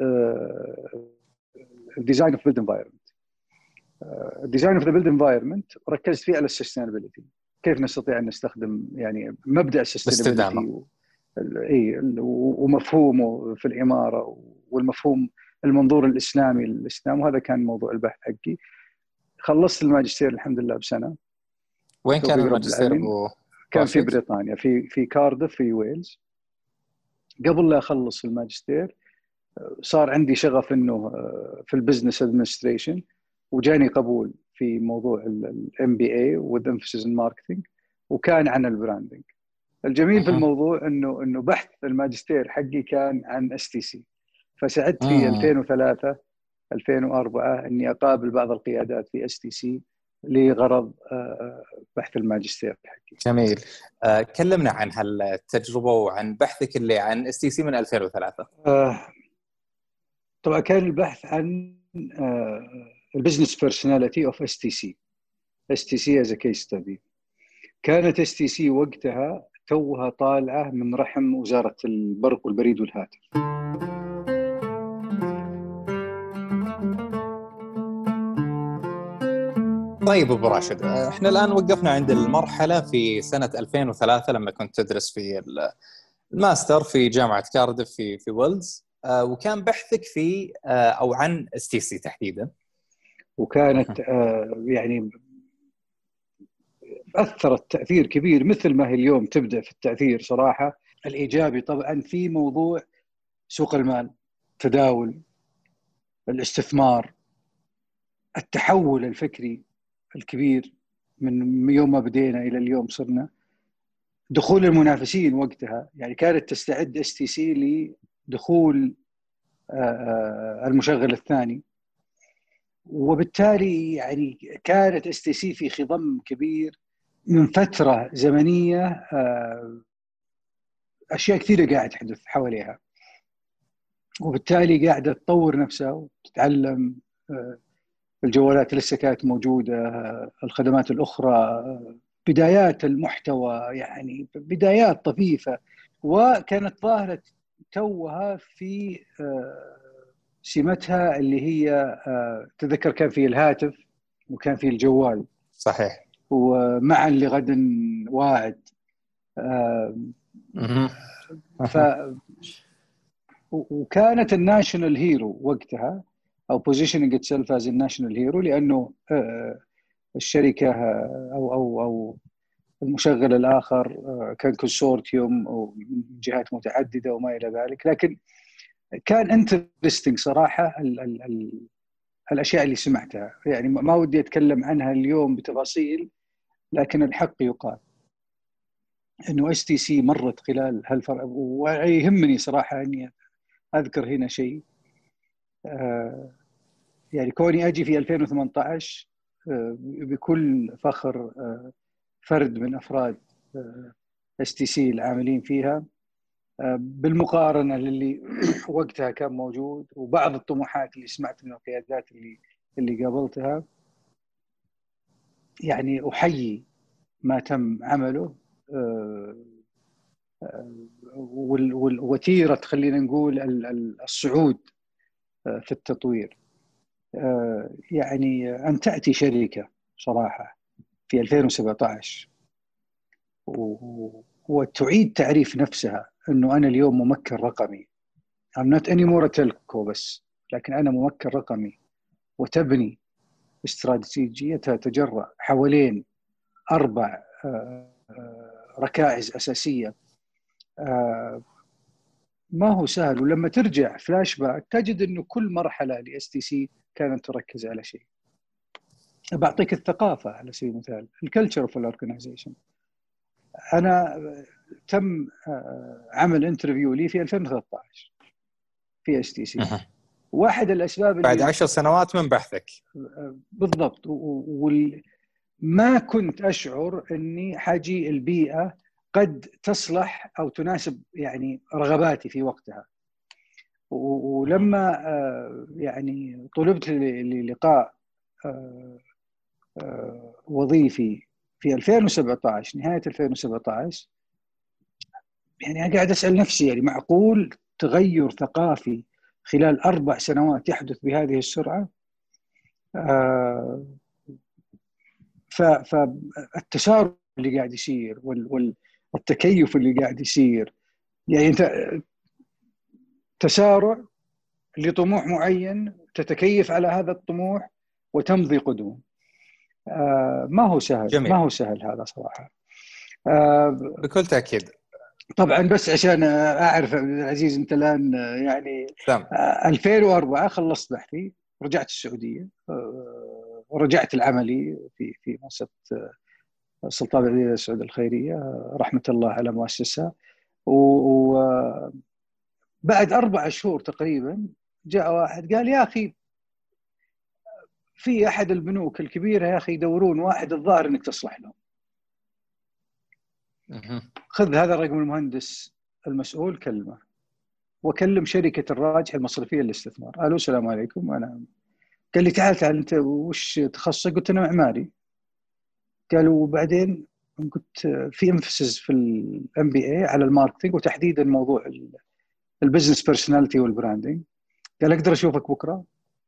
ديزاين اوف بيلد انفايرمنت. ديزاين اوف ذا بيلد انفايرمنت ركزت فيه على السستينابيلتي، كيف نستطيع أن نستخدم يعني مبدأ السستينابيلتي اي ومفهومه في العمارة، والمفهوم المنظور الإسلامي للإسلام، وهذا كان موضوع البحث حقي. خلصت الماجستير الحمد لله بسنة. وين كان الماجستير أبو؟ كان في بريطانيا، في في كاردف في ويلز. قبل لا أخلص الماجستير صار عندي شغف إنه في البزنس ادمنستريشن، وجاني قبول في موضوع الام بي اي with emphasis in marketing، وكان عن البراندنج. الجميل في الموضوع انه انه بحث الماجستير حقي كان عن اس تي سي، فسعدت في ألفين وثلاثة ألفين وأربعة اني اقابل بعض القيادات في اس تي سي لغرض بحث بحث حقي. جميل. كلمنا عن هالتجربه وعن بحثك اللي عن اس تي سي من ألفين وثلاثة. طبعا كان البحث عن البزنس بيرسوناليتي اوف اس تي سي، اس تي سي از كيس ستدي. كانت اس تي سي وقتها توها طالعه من رحم وزاره البرق والبريد والهاتف. طيب ابو راشد، احنا الان وقفنا عند المرحله في سنه ألفين وثلاثة لما كنت تدرس في الماستر في جامعه كاردف في في ويلز، وكان بحثك في او عن اس تي سي تحديدا، وكانت يعني أثرت تأثير كبير مثل ما هي اليوم تبدأ في التأثير صراحة. الإيجابي طبعا في موضوع سوق المال، تداول، الاستثمار، التحول الفكري الكبير من يوم ما بدينا إلى اليوم صرنا، دخول المنافسين وقتها. يعني كانت تستعد اس تي سي لدخول المشغل الثاني، وبالتالي يعني كانت اس تي سي في خضم كبير من فترة زمنية، أشياء كثيرة قاعد تحدث حواليها، وبالتالي قاعدة تطور نفسها وتتعلم. الجوالات لسه كانت موجودة، الخدمات الأخرى، بدايات المحتوى، يعني بدايات طفيفة، وكانت ظاهرة توها في سمتها اللي هي تذكر كان في الهاتف وكان في الجوال. صحيح. ومعا لغد واعد. ف وكانت الناشونال هيرو وقتها، او بوزيشننج اتسلف از الناشونال هيرو، لانه الشركه او او او المشغل الاخر كان كونسورتيوم ومن جهات متعدده وما الى ذلك. لكن كان انترستنج صراحه ال ال ال الاشياء اللي سمعتها، يعني ما ودي اتكلم عنها اليوم بتفاصيل، لكن الحق يقال انه اس تي سي مرت خلال هالفرق. ويهمني صراحه اني اذكر هنا شيء، يعني كوني اجي في ألفين وثمانية عشر بكل فخر فرد من افراد اس تي سي العاملين فيها، بالمقارنه للي وقتها كان موجود وبعض الطموحات اللي سمعت من القيادات اللي اللي قابلتها، يعني احيي ما تم عمله. والوتيره خلينا نقول الصعود في التطوير. يعني أن تأتي شركة صراحة في ألفين وسبعة عشر وتعيد تعريف نفسها أنه أنا اليوم ممكن رقمي، I'm not anymore a telco بس، لكن أنا ممكن رقمي، وتبني استراتيجيتها تجرأ حوالين أربع ركائز أساسية، ما هو سهل. ولما ترجع فلاش باك تجد أنه كل مرحلة ل إس تي سي كانت تركز على شيء. بعطيك الثقافة على سبيل المثال، الكلتشر اوف الاورجنايزيشن. أنا تم عمل انترفيو لي في ألفين وثلاثة عشر في إس تي سي. واحد الأسباب بعد عشر سنوات من بحثك بالضبط، وما كنت أشعر أني حاجي البيئة قد تصلح أو تناسب يعني رغباتي في وقتها. ولما يعني طلبت للقاء وظيفي في ألفين وسبعة عشر، نهاية ألفين وسبعة عشر، يعني أنا قاعد أسأل نفسي، يعني معقول تغير ثقافي خلال أربع سنوات يحدث بهذه السرعة؟ فالتسارع اللي قاعد يصير والتكيف اللي قاعد يصير، يعني أنت تسارع لطموح معين، تتكيف على هذا الطموح وتمضي قدوم. ما هو سهل. جميل. ما هو سهل هذا صراحة. بكل تأكيد. طبعا بس عشان أعرف عبد العزيز، أنت الآن يعني سم. ألفين وأربعة خلصت بحثي، رجعت السعودية، ورجعت العملي في في مؤسسة السلطان العلي للسعود الخيرية، رحمة الله على مؤسسها. وبعد أربع شهور تقريبا جاء واحد قال يا أخي في أحد البنوك الكبيرة يا أخي يدورون واحد الظاهر أنك تصلح لهم، خذ هذا الرقم المهندس المسؤول كلمة، وكلم شركة الراجح المصرفية للاستثمار. قالوا السلام عليكم، أنا قال لي تعال تعال أنت وش تخصصك؟ قلت أنا معماري. قالوا وبعدين قلت في امفسس في الام بي اي على الماركتينج، وتحديدا موضوع البزنس بيرسوناليتي والبراندنج. قال اقدر اشوفك بكره؟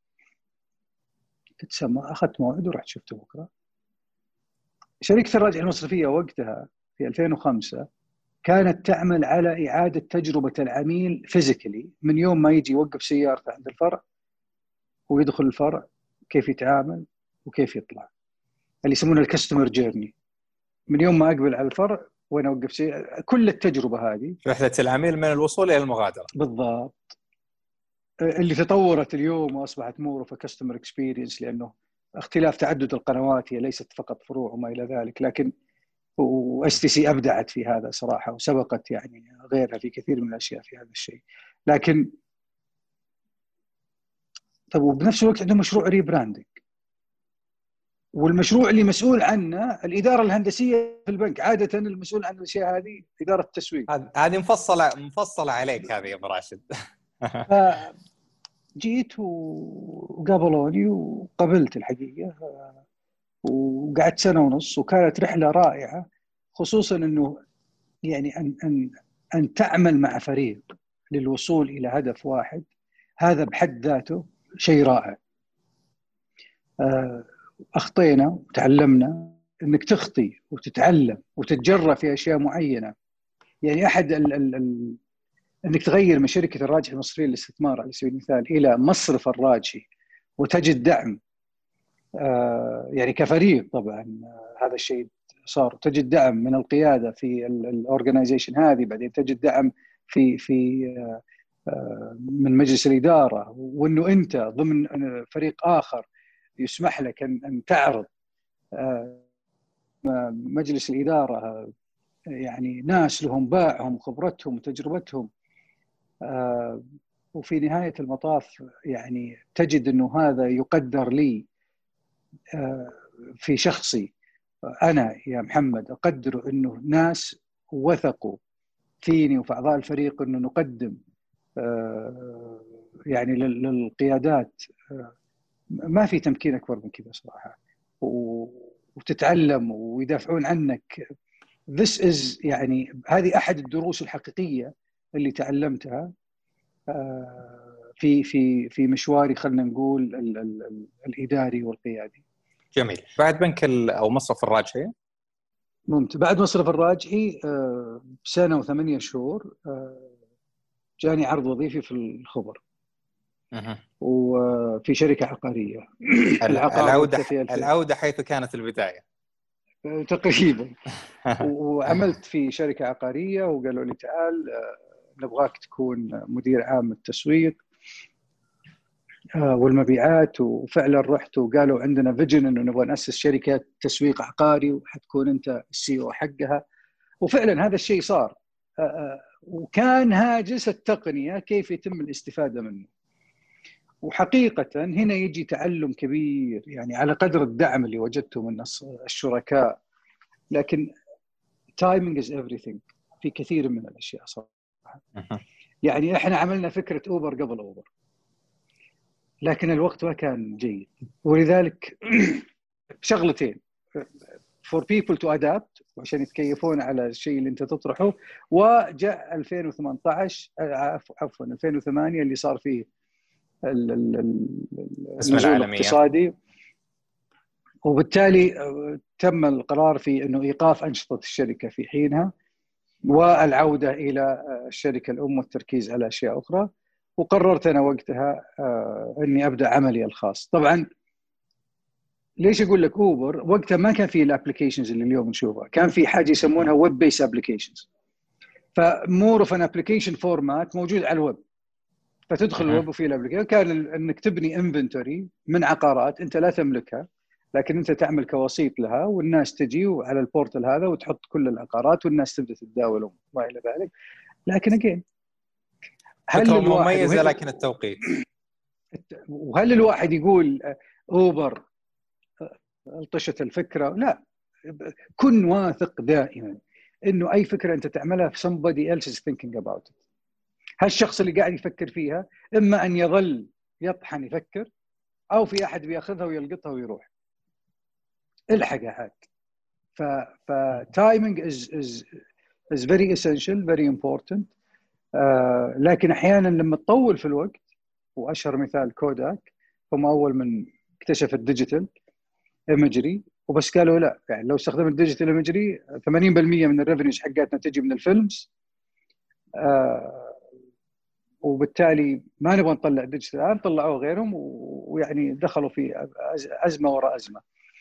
قلت سما، اخذت موعد ورحت شفته بكره. شركه الراجح المصرفيه وقتها في ألفين وخمسة كانت تعمل على اعاده تجربه العميل فيزيكالي، من يوم ما يجي يوقف سيارته عند الفرع ويدخل الفرع، كيف يتعامل وكيف يطلع، اللي يسمونه الكاستمر جيرني، من يوم ما اقبل على الفرع وين اوقف شيء، كل التجربه هذه رحله العميل من الوصول الى المغادره بالضبط، اللي تطورت اليوم واصبحت مور اوف كاستمر اكسبيرينس، لانه اختلاف تعدد القنوات، هي ليست فقط فروع وما الى ذلك. لكن واس تي سي ابدعت في هذا صراحه، وسبقت يعني غيرها في كثير من الاشياء في هذا الشيء. لكن طب وبنفس الوقت عندهم مشروع ريبراندنج، والمشروع اللي مسؤول عنه الاداره الهندسيه في البنك. عاده المسؤول عن الاشياء هذه اداره التسويق. هذه مفصله مفصله عليك هذه يا ابو راشد. جيت وقابلوني وقبلت الحقيقه، وقعدت سنه ونص، وكانت رحله رائعه، خصوصا انه يعني ان ان ان تعمل مع فريق للوصول الى هدف واحد، هذا بحد ذاته شيء رائع. اخطينا وتعلمنا انك تخطي وتتعلم وتتجرأ في اشياء معينه. يعني احد ال ال ال انك تغير من شركه الراجحي المصريه للاستثمار على سبيل المثال الى مصرف الراجحي وتجد دعم، آه يعني كفريق طبعا، آه هذا الشيء صار، تجد دعم من القياده في الاورجنايزيشن هذه، بعدين تجد دعم في في آه آه من مجلس الاداره، وانه انت ضمن فريق اخر يسمح لك ان ان تعرض آه مجلس الاداره يعني ناس لهم باعهم خبرتهم وتجربتهم. آه وفي نهاية المطاف يعني تجد أنه هذا يقدر لي آه في شخصي أنا يا محمد، أقدر أنه ناس وثقوا فيني وفي أعضاء الفريق أنه نقدم آه يعني للقيادات آه ما في تمكين أكبر من كذا صراحة، وتتعلم ويدافعون عنك. This is يعني هذه أحد الدروس الحقيقية اللي تعلمتها في في في مشواري، خلينا نقول ال ال ال الإداري والقيادي. جميل. بعد بنك أو مصرف الراجحي؟ ممتاز. بعد مصرف الراجحي بسنة وثمانية شهور جاني عرض وظيفي في الخبر أه. وفي شركة عقارية. العودة العودة حيث كانت البداية تقريبا. وعملت في شركة عقارية وقالوا لي تعال نبغاك تكون مدير عام التسويق والمبيعات. وفعلا رحت وقالوا عندنا فيجن انه نبغى نأسس شركة تسويق عقاري وحتكون انت السي او حقها. وفعلا هذا الشيء صار، وكان هاجس التقنية كيف يتم الاستفادة منه. وحقيقة هنا يجي تعلم كبير، يعني على قدر الدعم اللي وجدته من الشركاء، لكن timing is everything في كثير من الأشياء صراحة. يعني احنا عملنا فكرة أوبر قبل أوبر، لكن الوقت ما كان جيد، ولذلك شغلتين for people to adapt وعشان يتكيفون على الشيء اللي انت تطرحه. وجاء ألفين وثمانية عشر عفوا ألفين وثمانية اللي صار فيه النزول الاقتصادي، وبالتالي تم القرار في انه ايقاف انشطه الشركه في حينها والعوده الى الشركه الام والتركيز على اشياء اخرى. وقررت انا وقتها اني ابدا عملي الخاص. طبعا ليش اقول لك اوبر؟ وقتها ما كان في الابلكيشنز اللي اليوم نشوفها، كان في حاجه يسمونها ويب بيس ابلكيشنز، فمور اوف ان ابلكيشن فورمات موجود على الويب، فتدخل الويب وفي الابلكيشن. كان انك تبني انفنتوري من عقارات انت لا تملكها، لكن انت تعمل كوسيط لها، والناس تجي على البورتال هذا وتحط كل العقارات والناس تبدا تتداول وما الى ذلك. لكن اجين فكرة مميزة، لكن التوقيت. وهل الواحد يقول اوبر الطشت الفكرة؟ لا، كن واثق دائما انه اي فكرة انت تعملها في somebody else is thinking about it. هالشخص اللي قاعد يفكر فيها اما ان يظل يطحن يفكر، او في احد بياخذها ويلقطها ويروح. الحقها عاد. ف ف timing is is is very essential very important. آه لكن احيانا لما تطول في الوقت، واشهر مثال كوداك، هم اول من اكتشف الديجيتال ايمجري، وبس قالوا لا، يعني لو استخدمنا الديجيتال ايمجري ثمانين بالمئة من الريفينيوز حقتنا تجي من الفيلمز، آه وبالتالي ما نبغى نطلع ديجيتال الان، طلعوه غيرهم، ويعني دخلوا في ازمه وراء ازمه.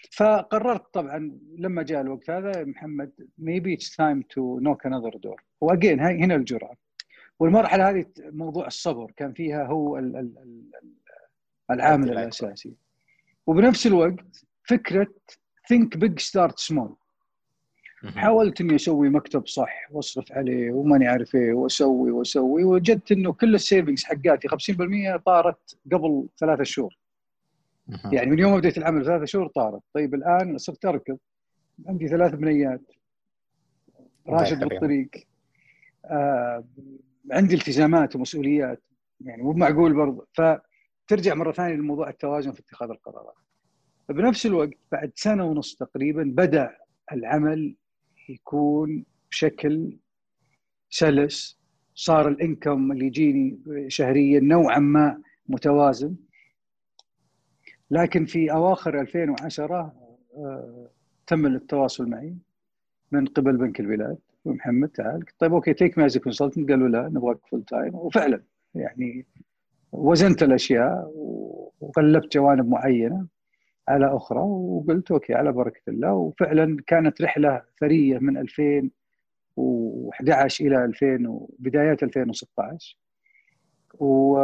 فقررت طبعا لما جاء الوقت هذا محمد maybe it's time to knock another door. واجين هاي هنا الجرأة. والمرحلة هذه موضوع الصبر كان فيها هو ال ال ال العامل الأساسي. وبنفس الوقت فكرة think big start small. حاولت إني أسوي مكتب صح وأصرف عليه وماني عارف إيه وأسوي وأسوي وجدت إنه كل السيفنجز حقاتي خمسين بالمئة طارت قبل ثلاثة شهور. يعني من يوم بديت العمل ثلاثة شهور طارت. طيب الآن صرت أركض عندي ثلاث بنيات راشد بالطريق، آه عندي التزامات ومسؤوليات، يعني مو معقول برضه. فترجع مرة ثانية لموضوع التوازن في اتخاذ القرارات. بنفس الوقت بعد سنة ونص تقريبا بدأ العمل يكون بشكل سلس، صار الانكم اللي يجيني شهريا نوعا ما متوازن. لكن في أواخر ألفين وعشرة آه تم التواصل معي من قبل بنك البلاد، ومحمد تعال. طيب اوكي تيك مي از كونسلتنت. قالوا لا نبغاك فول تايم. وفعلا يعني وزنت الاشياء وقلبت جوانب معينه على اخرى وقلت اوكي على بركه الله. وفعلا كانت رحله ثريه من ألفين وأحد عشر الى ألفين وبدايات ألفين وستة عشر. و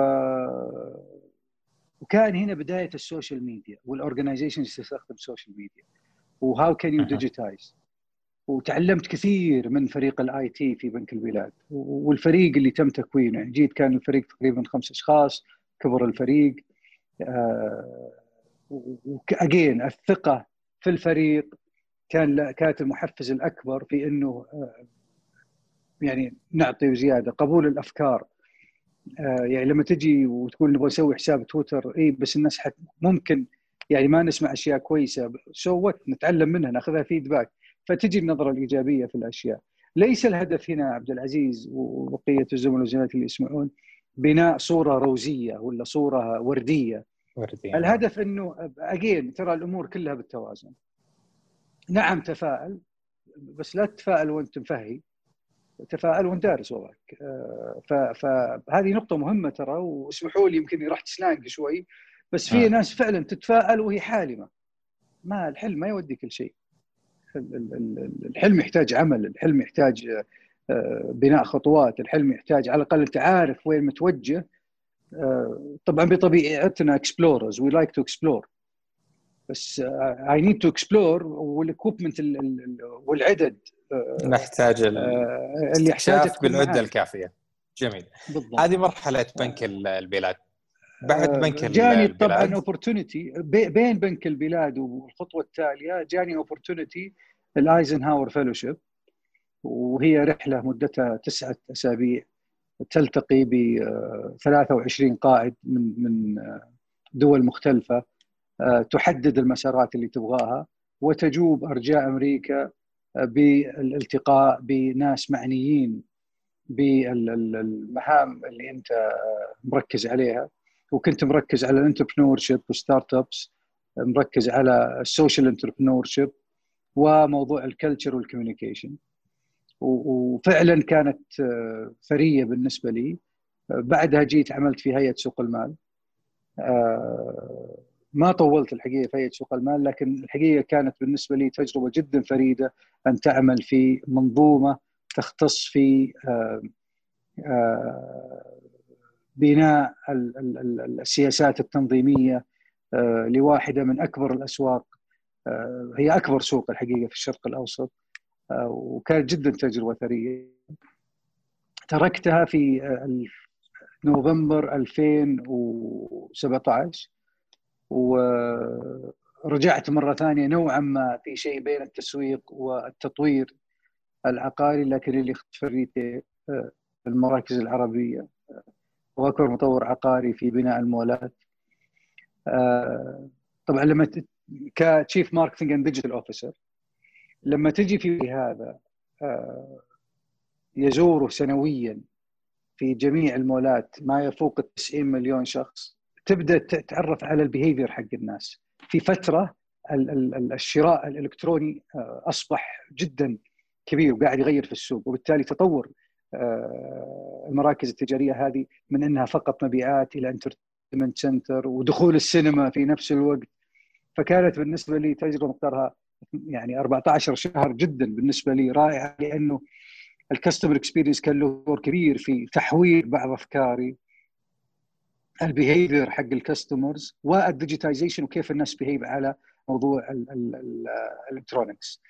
وكان هنا بدايه السوشيال ميديا والاورجنايزيشن تستخدم السوشيال ميديا وهاو كان يو ديجيتايز. وتعلمت كثير من فريق الاي تي في بنك البلاد والفريق اللي تم تكوينه. يعني جيت كان الفريق تقريبا خمس اشخاص، كبر الفريق. واجين الثقه في الفريق كان كانت المحفز الاكبر في انه يعني نعطي زياده. قبول الافكار، يعني لما تجي وتقول نبغى نسوي حساب تويتر، اي بس الناس حت ممكن يعني ما نسمع اشياء كويسه، سوت نتعلم منها ناخذها فيدباك، فتجي النظره الايجابيه في الاشياء. ليس الهدف هنا عبد العزيز وبقيه الزملاء والزميلات اللي يسمعون بناء صوره روزيه ولا صوره ورديه. وردية. الهدف انه اجين ترى الامور كلها بالتوازن. نعم تفائل، بس لا تتفائل وانت مفهي، تفائل وانت دارس وضعك. فهذه نقطه مهمه ترى. واسمحوا لي يمكن رحت سلانج شوي، بس في ناس فعلا تتفائل وهي حالمه. ما الحلم ما يودي كل شيء. الحلم يحتاج عمل، الحلم يحتاج بناء خطوات، الحلم يحتاج على الاقل انت عارف وين متوجه. طبعا بطبيعتنا اكسبلوررز وي لايك تو اكسبلور، بس اي نيد تو اكسبلور والاكوبمنت والعدد نحتاج اللي يحتاج بالعده الكافيه. جميل. بالضبط. هذه مرحله بنك البلاد. بعد بنك جاني البلاد طبعا اوبورتونيتي بين بنك البلاد والخطوه التاليه. جاني اوبورتونيتي الايزنهاور فيلوشيب، وهي رحله مدتها تسعه اسابيع تلتقي ب ثلاثة وعشرين قائد من من دول مختلفه، تحدد المسارات اللي تبغاها وتجوب ارجاء امريكا بالالتقاء بناس معنيين بالمهام اللي انت مركز عليها. وكنت مركز على الانتربرنور شيب وستارت ابس، مركز على السوشيال انتربرنور شيب وموضوع الكلتشر والكوميونيكيشن. وفعلا كانت ثريه بالنسبه لي. بعدها جيت عملت في هيئه سوق المال. ما طولت الحقيقه في هيئه سوق المال، لكن الحقيقه كانت بالنسبه لي تجربه جدا فريده ان تعمل في منظومه تختص في بناء السياسات التنظيميه لواحده من اكبر الاسواق، هي اكبر سوق الحقيقه في الشرق الاوسط. وكانت جدا تجربه ثريه. تركتها في نوفمبر ألفين وسبعة عشر ورجعت مره ثانيه نوعا ما في شيء بين التسويق والتطوير العقاري، لكن اللي اختفريته المراكز العربيه واكبر مطور عقاري في بناء المولات. طبعا لما كتشيف ماركتنج اند ديجيتال اوفيسر لما تجي في هذا يزوره سنويا في جميع المولات ما يفوق تسعين مليون شخص، تبدا تتعرف على البيهيفير حق الناس. في فتره الشراء الالكتروني اصبح جدا كبير وقاعد يغير في السوق، وبالتالي تطور المراكز التجاريه هذه من انها فقط مبيعات الى انترتينمنت سنتر ودخول السينما في نفس الوقت. فكانت بالنسبه لي تجربه مقدارها يعني أربعة عشر شهر جدا بالنسبه لي رائعه، لانه الكاستمر اكسبيرينس كان له دور كبير في تحويل بعض افكاري، البيهيفير حق الكاستمرز، والديجيتايزيشن وكيف الناس بيهيف على موضوع الالكترونكس.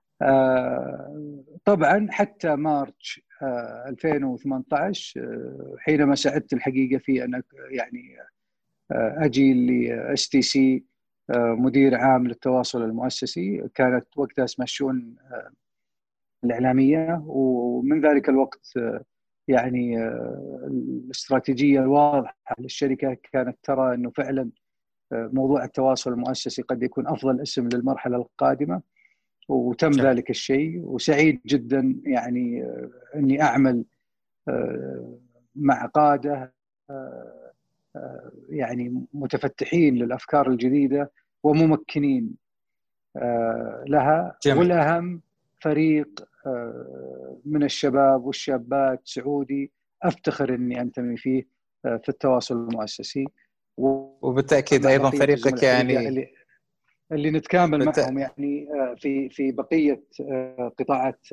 طبعا حتى مارتش ألفين وثمانية عشر حينما سعدت الحقيقه في ان يعني اجي لاس تي سي مدير عام للتواصل المؤسسي، كانت وقتها اسمها الشؤون الاعلاميه، ومن ذلك الوقت يعني الاستراتيجيه الواضحه للشركه كانت ترى انه فعلا موضوع التواصل المؤسسي قد يكون افضل اسم للمرحله القادمه، وتم جميل. ذلك الشيء، وسعيد جدا يعني اني اعمل مع قاده يعني متفتحين للافكار الجديده وممكنين لها. جميل. والاهم فريق من الشباب والشابات سعودي افتخر اني انتمي فيه في التواصل المؤسسي، وبالتاكيد ايضا فريقك يعني اللي, اللي نتكامل بت... معهم يعني في في بقيه قطاعات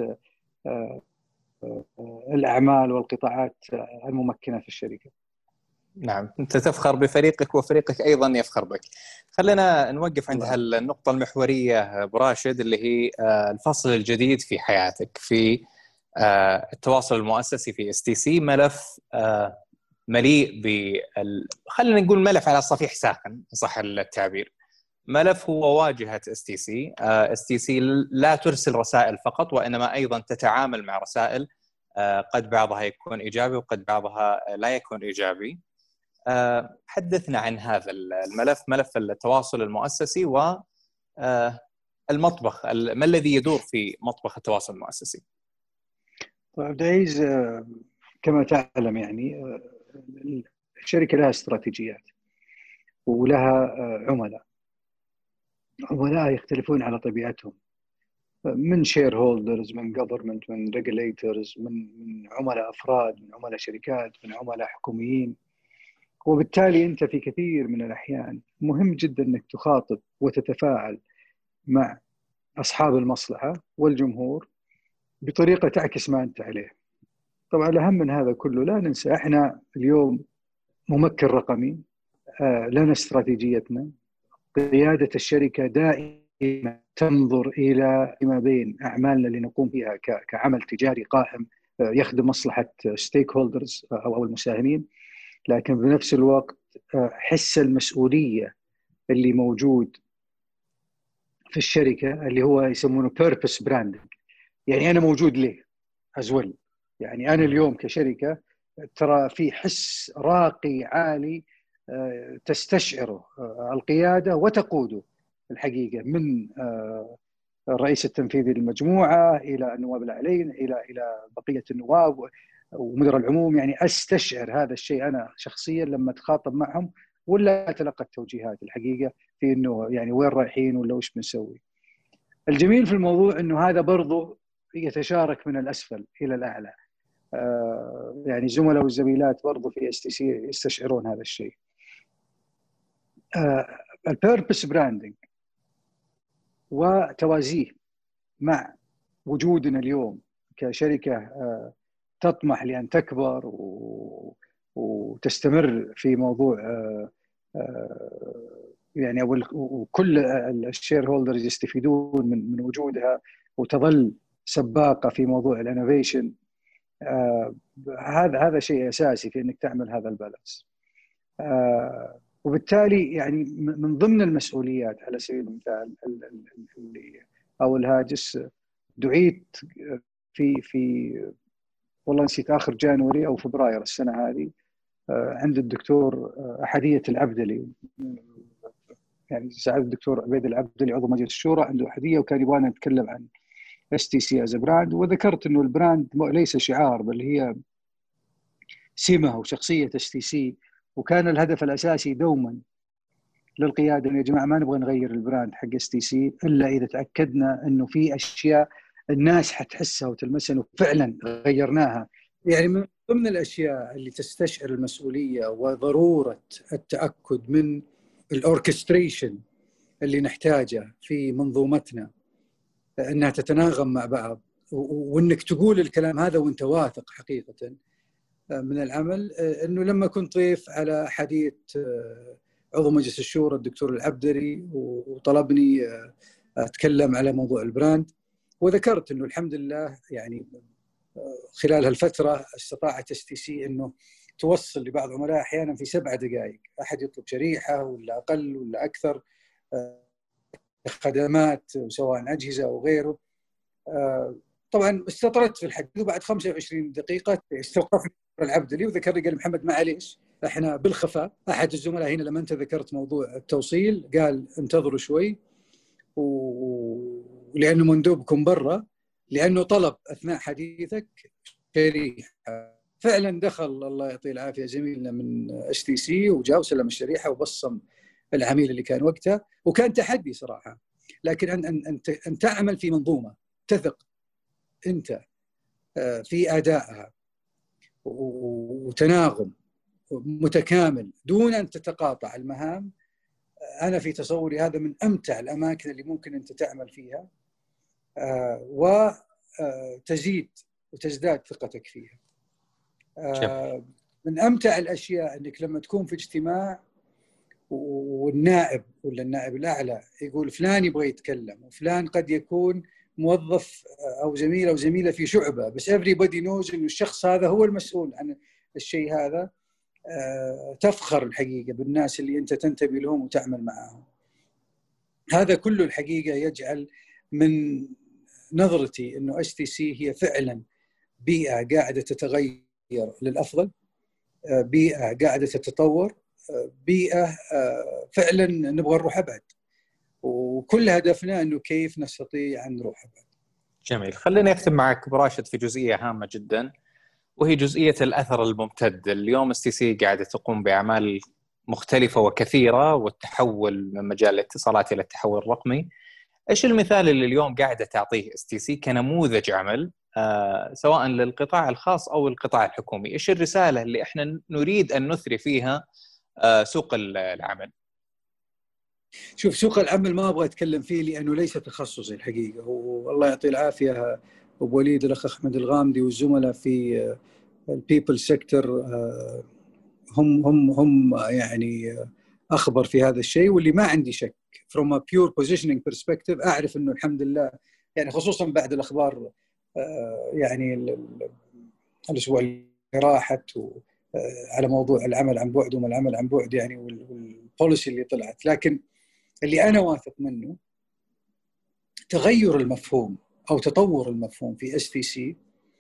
الاعمال والقطاعات الممكنه في الشركه. نعم، انت تفخر بفريقك وفريقك ايضا يفخر بك. خلينا نوقف عند هالنقطه المحوريه براشد، اللي هي الفصل الجديد في حياتك في التواصل المؤسسي في اس تي سي. ملف مليء بال خلينا نقول ملف على صفيح ساخن صح التعبير. ملف هو واجهه اس تي سي. اس تي سي لا ترسل رسائل فقط، وانما ايضا تتعامل مع رسائل قد بعضها يكون ايجابي وقد بعضها لا يكون ايجابي. حدثنا عن هذا الملف، ملف التواصل المؤسسي والمطبخ، ما الذي يدور في مطبخ التواصل المؤسسي؟ طيب عزيز، كما تعلم يعني الشركة لها استراتيجيات ولها عملاء، عملاء يختلفون على طبيعتهم، من شير هولدرز، من جفرمنت، من ريجوليترز، من من عملاء افراد، من عملاء شركات، من عملاء حكوميين. وبالتالي انت في كثير من الاحيان مهم جدا انك تخاطب وتتفاعل مع اصحاب المصلحه والجمهور بطريقه تعكس ما انت عليه. طبعا الاهم من هذا كله لا ننسى احنا اليوم ممكن رقمي، آه لنا استراتيجيتنا، قياده الشركه دائما تنظر الى ما بين اعمالنا اللي نقوم بها كعمل تجاري قائم آه يخدم مصلحه ستيك هولدرز او او المساهمين، لكن بنفس الوقت حس المسؤوليه اللي موجود في الشركه اللي هو يسمونه purpose branding. يعني انا موجود ليه ازول، يعني انا اليوم كشركه ترى في حس راقي عالي تستشعره القياده وتقوده الحقيقه، من الرئيس التنفيذي للمجموعه الى النواب الاعلين الى الى بقيه النواب ومدير العموم. يعني استشعر هذا الشيء انا شخصيا لما اتخاطب معهم ولا اتلقى التوجيهات الحقيقه في انه يعني وين رايحين ولا وش بنسوي. الجميل في الموضوع انه هذا برضه يتشارك من الاسفل الى الاعلى، آه يعني الزملاء والزميلات برضه في اس تي سي يستشعرون هذا الشيء. آه البيربس براندنج وتوازيه مع وجودنا اليوم كشركه آه تطمح لأن تكبر و... وتستمر في موضوع آه آه يعني وكل الشير هولدرز يستفيدون من من وجودها وتظل سباقة في موضوع الانوفيشن. آه هذا هذا شيء أساسي في أنك تعمل هذا البالانس. آه وبالتالي يعني من ضمن المسؤوليات على سبيل المثال اللي أو الهاجس دعيت في في والله نسيت آخر جانوري أو فبراير السنة هذه عند الدكتور أحدية العبدلي، يعني سعادة الدكتور عبيد العبدلي عضو مجلس الشورى عنده أحدية، وكان يبغانا نتكلم عن اس تي سي از براند، وذكرت إنه البراند ليس شعار بل هي سمة وشخصية اس تي سي. وكان الهدف الأساسي دوما للقيادة إنه يا جماعة ما نبغى نغير البراند حق اس تي سي إلا إذا تأكدنا إنه في أشياء الناس حتحسها وتلمسها وفعلا غيرناها. يعني من ضمن الأشياء اللي تستشعر المسؤولية وضرورة التأكد من الأوركستريشن اللي نحتاجه في منظومتنا أنها تتناغم مع بعض، وأنك تقول الكلام هذا وأنت واثق حقيقة من العمل. أنه لما كنت ضيف على حديث عضو مجلس الشورى الدكتور العبدري وطلبني أتكلم على موضوع البراند، وذكرت أنه الحمد لله يعني خلال هالفترة استطاعت اس تي سي أنه توصل لبعض عملاء أحيانا في سبع دقائق، أحد يطلب شريحة ولا أقل ولا أكثر خدمات سواء أجهزة أو غيره. طبعا استطردت في الحديث، وبعد خمسة وعشرين دقيقة استوقفني العبدلي وذكر لي قال محمد معليش احنا بالخفاء. أحد الزملاء هنا لما أنت ذكرت موضوع التوصيل قال انتظروا شوي ولأنه مندوبكم برا، لأنه طلب أثناء حديثك شريحة. فعلا دخل الله يعطيه العافية زميلنا من اس تي سي وجاء وسلم الشريحة وبصم العميل اللي كان وقتها، وكان تحدي صراحة. لكن أن أن أن تعمل في منظومة تثق أنت في أدائها وتناغم متكامل دون أن تتقاطع المهام، أنا في تصوري هذا من أمتع الأماكن اللي ممكن أنت تعمل فيها وتزيد وتزداد ثقتك فيها. من أمتع الأشياء أنك لما تكون في اجتماع والنائب ولا النائب الأعلى يقول فلان يبغى يتكلم، وفلان قد يكون موظف أو زميل أو زميلة في شعبة، بس everybody knows إنه الشخص هذا هو المسؤول عن الشيء هذا. تفخر الحقيقة بالناس اللي أنت تنتمي لهم وتعمل معهم. هذا كله الحقيقة يجعل من نظرتي إنه اس تي سي هي فعلا بيئة قاعدة تتغير للأفضل، بيئة قاعدة تتطور، بيئة فعلا نبغى نروح أبعد، وكل هدفنا أنه كيف نستطيع أن نروح أبعد. جميل. خليني أختم معك براشد في جزئية هامة جدا، وهي جزئية الأثر الممتد. اليوم اس تي سي قاعدة تقوم بأعمال مختلفة وكثيرة، والتحول من مجال الاتصالات إلى التحول الرقمي. إيش المثال اللي اليوم قاعدة تعطيه اس تي سي كنموذج عمل آه سواء للقطاع الخاص أو القطاع الحكومي؟ إيش الرسالة اللي إحنا نريد أن نثري فيها آه سوق العمل؟ شوف، سوق العمل ما أبغى أتكلم فيه لأنه ليس تخصصي الحقيقة، والله يعطي العافية أبو وليد الأخ أحمد الغامدي والزملاء في البيبل سيكتور هم هم هم يعني أخبر في هذا الشيء، واللي ما عندي شك from a pure positioning perspective أعرف أنه الحمد لله يعني خصوصا بعد الأخبار يعني الأسبوع اللي راحت على موضوع العمل عن بعد وما العمل عن بعد يعني والبوليسي اللي طلعت. لكن اللي أنا واثق منه تغير المفهوم أو تطور المفهوم في اس تي سي،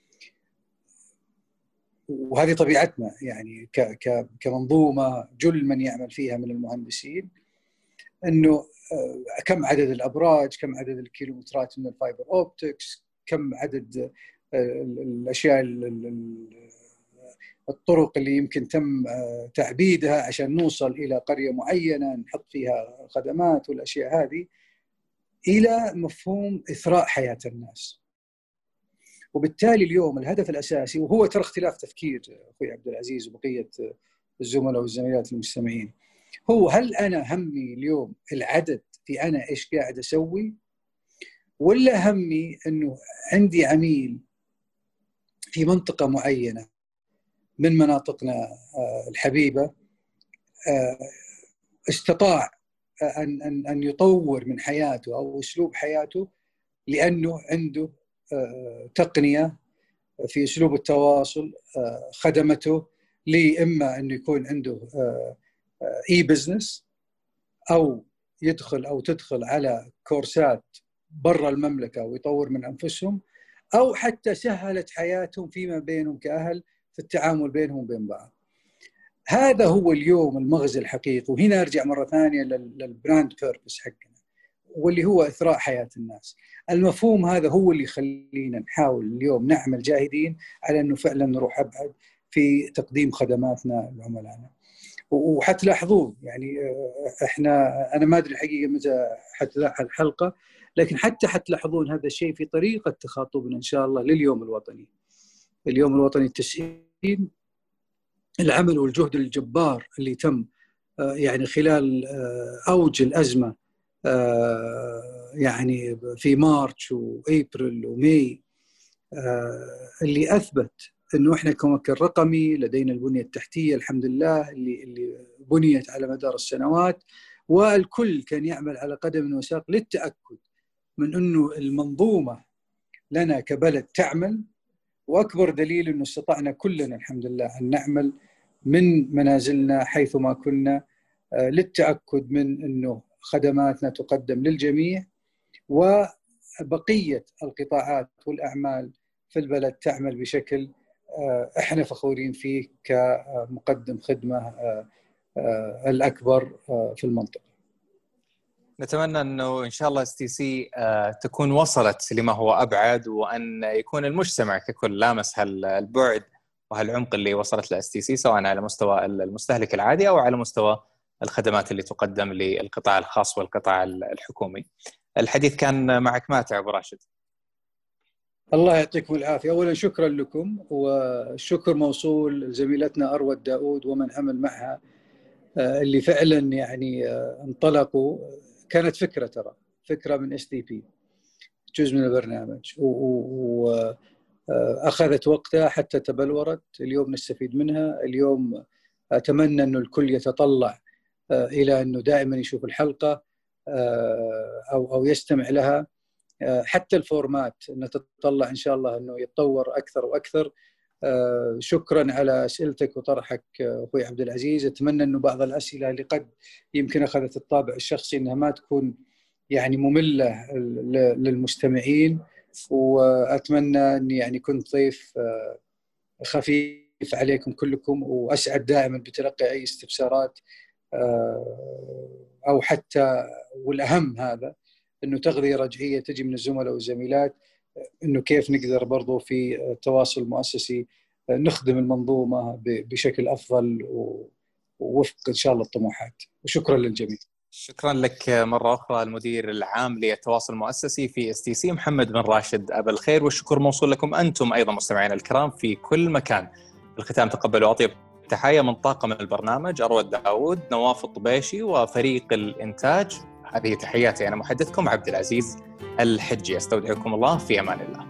وهذه طبيعتنا يعني كمنظومة جل من يعمل فيها من المهندسين، أنه كم عدد الأبراج، كم عدد الكيلومترات من الفايبر أوبتكس، كم عدد الأشياء الطرق اللي يمكن تم تعبيدها عشان نوصل إلى قرية معينة نحط فيها خدمات والأشياء هذه، إلى مفهوم إثراء حياة الناس. وبالتالي اليوم الهدف الأساسي، وهو ترى اختلاف تفكير أخوي عبد العزيز وبقية الزملاء والزميلات المستمعين، هو هل أنا همي اليوم العدد في أنا إيش قاعد أسوي، ولا همي أنه عندي عميل في منطقة معينة من مناطقنا الحبيبة استطاع أن أن أن يطور من حياته أو أسلوب حياته لأنه عنده تقنية في أسلوب التواصل خدمته لي، إما أنه يكون عنده إي بزنس أو يدخل أو تدخل على كورسات برا المملكة ويطور من أنفسهم، أو حتى سهلت حياتهم فيما بينهم كأهل في التعامل بينهم وبين بعض. هذا هو اليوم المغزى الحقيقي. وهنا أرجع مرة ثانية للبراند بيربس حقنا، واللي هو إثراء حياة الناس. المفهوم هذا هو اللي يخلينا نحاول اليوم نعمل جاهدين على أنه فعلا نروح أبعد في تقديم خدماتنا لعملائنا. وحتلاحظون يعني إحنا، أنا ما أدري الحقيقة متى حتلاحظ الحلقة، لكن حتى حتلاحظون هذا الشيء في طريقة تخاطبنا إن شاء الله لليوم الوطني. اليوم الوطني التسعين، العمل والجهد الجبار اللي تم يعني خلال أوج الأزمة يعني في مارش وابريل وماي، اللي اثبت انه احنا كموكل رقمي لدينا البنيه التحتيه الحمد لله اللي اللي بنيت على مدار السنوات، والكل كان يعمل على قدم وساق للتاكد من انه المنظومه لنا كبلد تعمل. واكبر دليل انه استطعنا كلنا الحمد لله ان نعمل من منازلنا حيثما كنا، للتاكد من انه خدماتنا تقدم للجميع، وبقيه القطاعات والاعمال في البلد تعمل بشكل احنا فخورين فيه كمقدم خدمه الاكبر في المنطقه. نتمنى انه ان شاء الله اس تي سي تكون وصلت لما هو ابعد، وان يكون المجتمع ككل لامس هالبعد وهالعمق اللي وصلت له اس تي سي، سواء على مستوى المستهلك العادي او على مستوى الخدمات اللي تقدم للقطاع الخاص والقطاع الحكومي. الحديث كان معك ماتع ابو راشد. الله يعطيكم العافيه. اولا شكرا لكم، والشكر موصول لزميلتنا اروى داود ومن عمل معها، اللي فعلا يعني انطلقوا. كانت فكره ترى فكره من اس دي بي، جزء من البرنامج، واخذت وقتها حتى تبلورت. اليوم نستفيد منها. اليوم اتمنى انه الكل يتطلع الى انه دائما يشوف الحلقه او او يستمع لها. حتى الفورمات نتطلع ان شاء الله انه يتطور اكثر واكثر. شكرا على اسئلتك وطرحك اخوي عبد العزيز. اتمنى انه بعض الاسئله اللي قد يمكن اخذت الطابع الشخصي انها ما تكون يعني ممله للمستمعين، واتمنى اني يعني كنت ضيف خفيف عليكم كلكم، واسعد دائما بتلقي اي استفسارات، او حتى والاهم هذا انه تغذيه رجعيه تجي من الزملاء والزميلات، انه كيف نقدر برضو في التواصل المؤسسي نخدم المنظومه بشكل افضل ووفق ان شاء الله الطموحات. وشكرا للجميع. شكرا لك مره اخرى المدير العام للتواصل المؤسسي في اس تي سي محمد بن راشد ابو الخير، والشكر موصول لكم انتم ايضا مستمعينا الكرام في كل مكان. في الختام تقبلوا اطيب تحيه من طاقم البرنامج اروى داود، نواف الطبيشي، وفريق الانتاج. هذه تحياتي انا محدثكم عبد العزيز الحجي. استودعكم الله في امان الله.